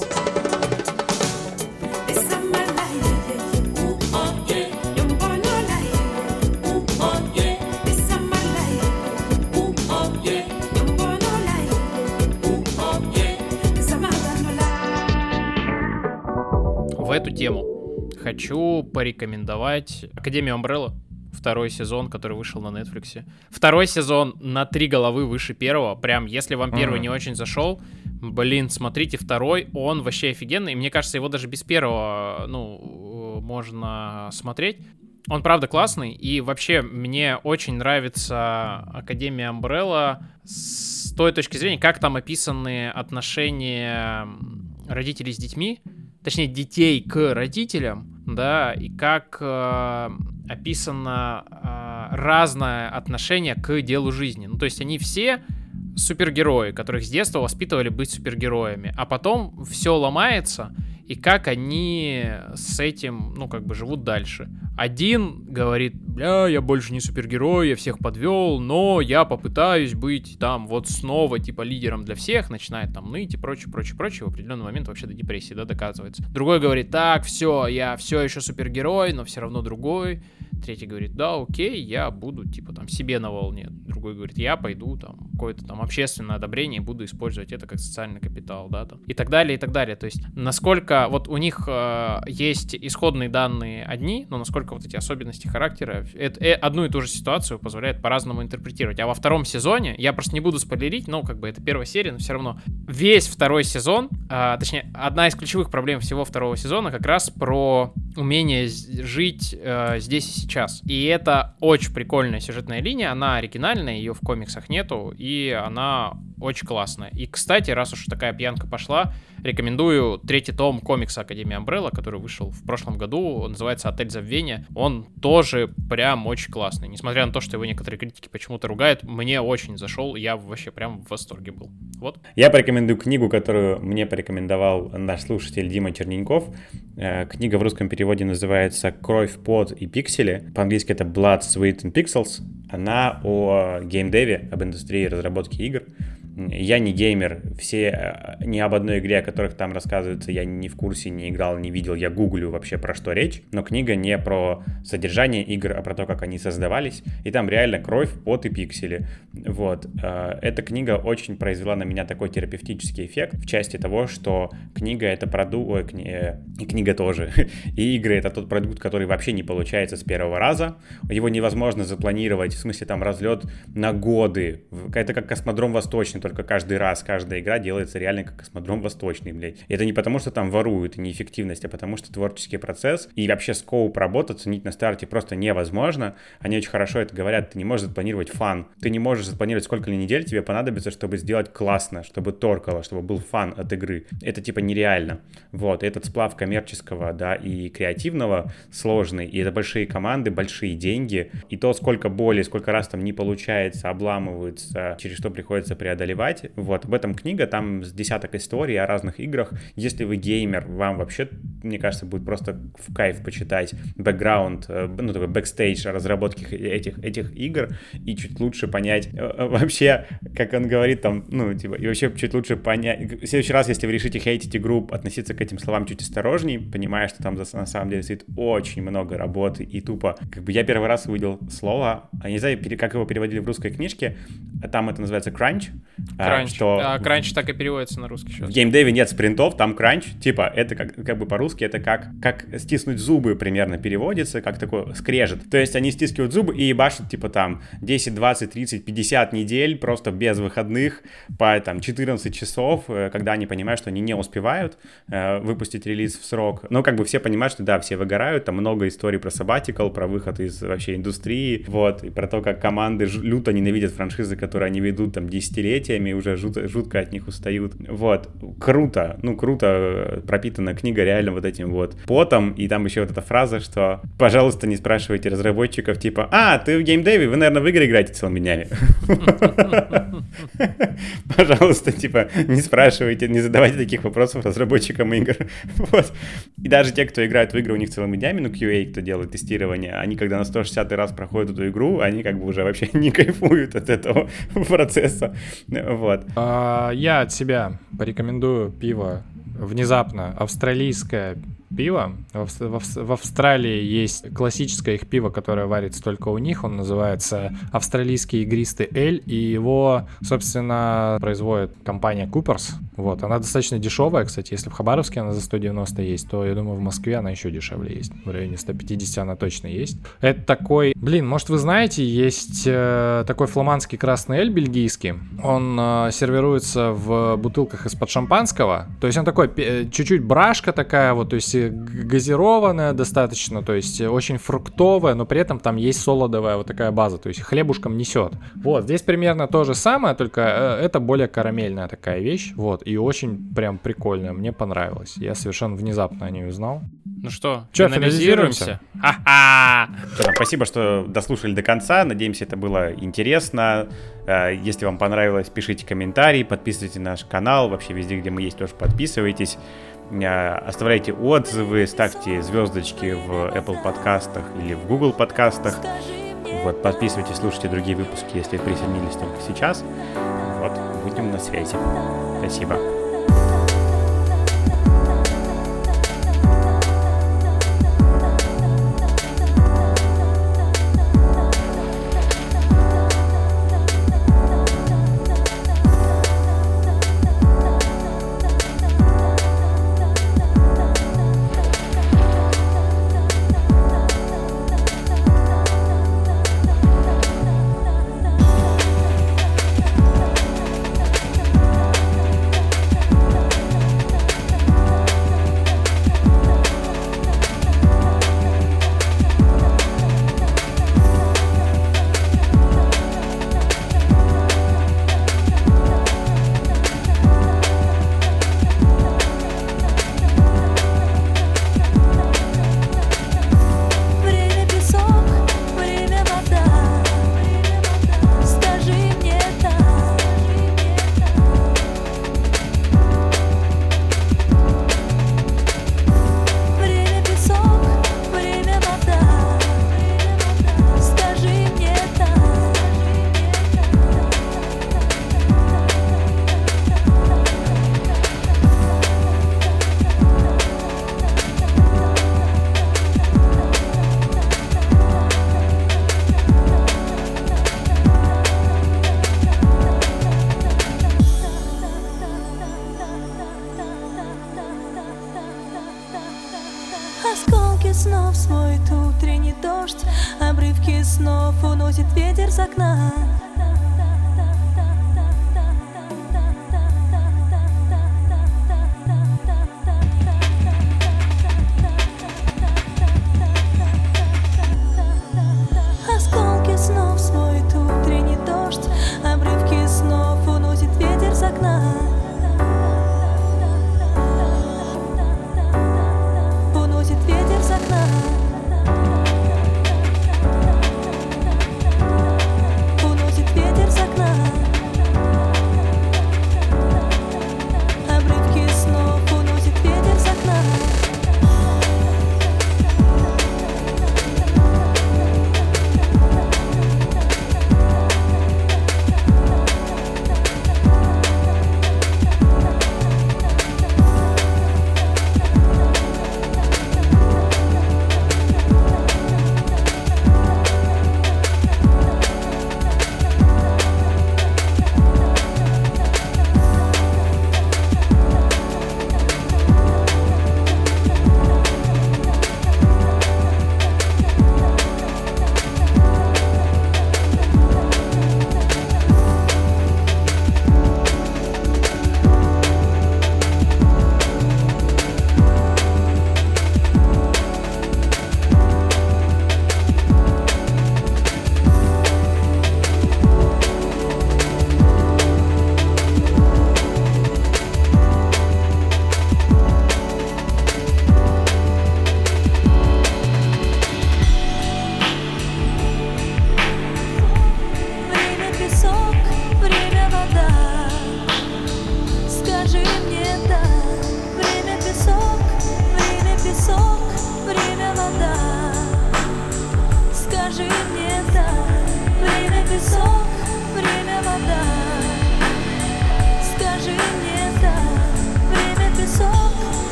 В эту тему хочу порекомендовать Академию Umbrella, второй сезон, который вышел на Netflix. Второй сезон на три головы выше первого. Прям, если вам первый mm. не очень зашел, блин, смотрите второй, он вообще офигенный. И мне кажется, его даже без первого, ну, можно смотреть. Он, правда, классный. И вообще, мне очень нравится Академия Umbrella с той точки зрения, как там описаны отношения родителей с детьми. Точнее, детей к родителям, да, и как э, описано э, разное отношение к делу жизни. Ну, то есть они все супергерои, которых с детства воспитывали быть супергероями, а потом все ломается, и как они с этим, ну, как бы живут дальше. Один говорит: бля, я больше не супергерой, я всех подвел, но я попытаюсь быть там вот снова, типа, лидером для всех, начинает там ныть и прочее, прочее, прочее, в определенный момент вообще до депрессии, да, доказывается. Другой говорит: так, все, я все еще супергерой, но все равно другой. Третий говорит: да, окей, я буду, типа, там, себе на волне. Другой говорит: я пойду, там, какое-то там общественное одобрение, буду использовать это как социальный капитал, да, там, и так далее, и так далее. То есть, насколько вот у них э, есть исходные данные одни, но насколько вот эти особенности характера, это, э, одну и ту же ситуацию позволяет по-разному интерпретировать. А во втором сезоне, я просто не буду спойлерить, ну, как бы, это первая серия, но все равно, весь второй сезон, э, точнее, одна из ключевых проблем всего второго сезона как раз про умение жить э, здесь и сейчас. И это очень прикольная сюжетная линия, она оригинальная, ее в комиксах нету, и она очень классная. И, кстати, раз уж такая пьянка пошла, рекомендую третий том комикса Академии Umbrella, который вышел в прошлом году, он называется «Отель Забвения». Он тоже прям очень классный. Несмотря на то, что его некоторые критики почему-то ругают, мне очень зашел, я вообще прям в восторге был. Вот. Я порекомендую книгу, которую мне порекомендовал наш слушатель Дима Черненьков. Книга в русском переводе называется «Кровь, пот и пиксели». По-английски это «Blood, Sweat and Pixels». Она о геймдеве, об индустрии разработки игр. Я не геймер, все, ни об одной игре, о которых там рассказывается, я не в курсе, не играл, не видел, я гуглю вообще, про что речь, но книга не про содержание игр, а про то, как они создавались, и там реально кровь, пот и пиксели. Вот. Эта книга очень произвела на меня такой терапевтический эффект в части того, что книга — это продукт, ой, кни... и книга тоже, и игры — это тот продукт, который вообще не получается с первого раза, его невозможно запланировать, в смысле там разлет на годы, это как Космодром Восточный, только каждый раз, каждая игра делается реально как Космодром Восточный, блядь. И это не потому, что там воруют и неэффективность, а потому что творческий процесс и вообще скоуп работы ценить на старте просто невозможно. Они очень хорошо это говорят, ты не можешь запланировать фан, ты не можешь запланировать, сколько ли недель тебе понадобится, чтобы сделать классно, чтобы торкало, чтобы был фан от игры. Это типа нереально. Вот, и этот сплав коммерческого, да, и креативного сложный, и это большие команды, большие деньги, и то, сколько боли, сколько раз там не получается, обламываются, через что приходится преодолевать. Вот, об этом книга, там с десяток историй о разных играх. Если вы геймер, вам вообще мне кажется, будет просто в кайф почитать бэкграунд, ну, такой бэкстейдж разработки этих, этих игр и чуть лучше понять вообще, как он говорит там, ну, типа, и вообще чуть лучше понять. В следующий раз, если вы решите хейтить игру, относиться к этим словам чуть осторожней, понимая, что там на самом деле стоит очень много работы и тупо, как бы я первый раз увидел слово, я не знаю, как его переводили в русской книжке, а там это называется crunch. Crunch, что а, crunch так и переводится на русский сейчас. В геймдеве нет спринтов, там crunch, типа, это как, как бы по-русски, это как, как стиснуть зубы примерно переводится, как такой скрежет. То есть они стискивают зубы и ебашут, типа, там, десять, двадцать, тридцать, пятьдесят недель просто без выходных по, там, четырнадцать часов, когда они понимают, что они не успевают э, выпустить релиз в срок. Но как бы все понимают, что да, все выгорают, там много историй про sabbatical, про выход из вообще индустрии, вот, и про то, как команды ж- люто ненавидят франшизы, которые они ведут там десятилетиями, и уже жут- жутко от них устают. Вот, круто, ну, круто пропитана книга реально вот этим вот потом, и там еще вот эта фраза, что, пожалуйста, не спрашивайте разработчиков, типа, а, ты в геймдеве, вы, наверное, в игры играете целыми днями. Пожалуйста, типа, не спрашивайте, не задавайте таких вопросов разработчикам игр. Вот. И даже те, кто играет в игры, у них целыми днями, ну, кью эй, кто делает тестирование, они, когда на сто шестидесятый раз проходят эту игру, они как бы уже вообще не кайфуют от этого процесса. Вот. А, я от себя порекомендую пиво внезапно австралийское пиво. В, в, в Австралии есть классическое их пиво, которое варится только у них. Он называется австралийский игристый эль, и его, собственно, производит компания Coopers. Вот, она достаточно дешевая, кстати. Если в Хабаровске она за сто девяносто есть, то, я думаю, в Москве она еще дешевле есть. В районе сто пятьдесят она точно есть. Это такой... Блин, может, вы знаете, есть э, такой фламандский красный эль бельгийский. Он э, сервируется в бутылках из-под шампанского. То есть он такой, э, чуть-чуть брашка такая вот, то есть газированная достаточно, то есть очень фруктовая, но при этом там есть солодовая вот такая база, то есть хлебушком несет. Вот, здесь примерно то же самое, только это более карамельная такая вещь, вот, и очень прям прикольная, мне понравилось. Я совершенно внезапно о ней узнал. Ну что, Чё, финализируемся? финализируемся? Да, спасибо, что дослушали до конца. Надеемся, это было интересно. Если вам понравилось, пишите комментарии, подписывайтесь на наш канал. Вообще везде, где мы есть, тоже подписывайтесь. Оставляйте отзывы, ставьте звездочки в Apple подкастах или в Google подкастах. Вот, подписывайтесь, слушайте другие выпуски, если присоединились только сейчас. Вот, будем на связи. Спасибо. Осколки снов смоет утренний дождь, обрывки снов уносит ветер с окна.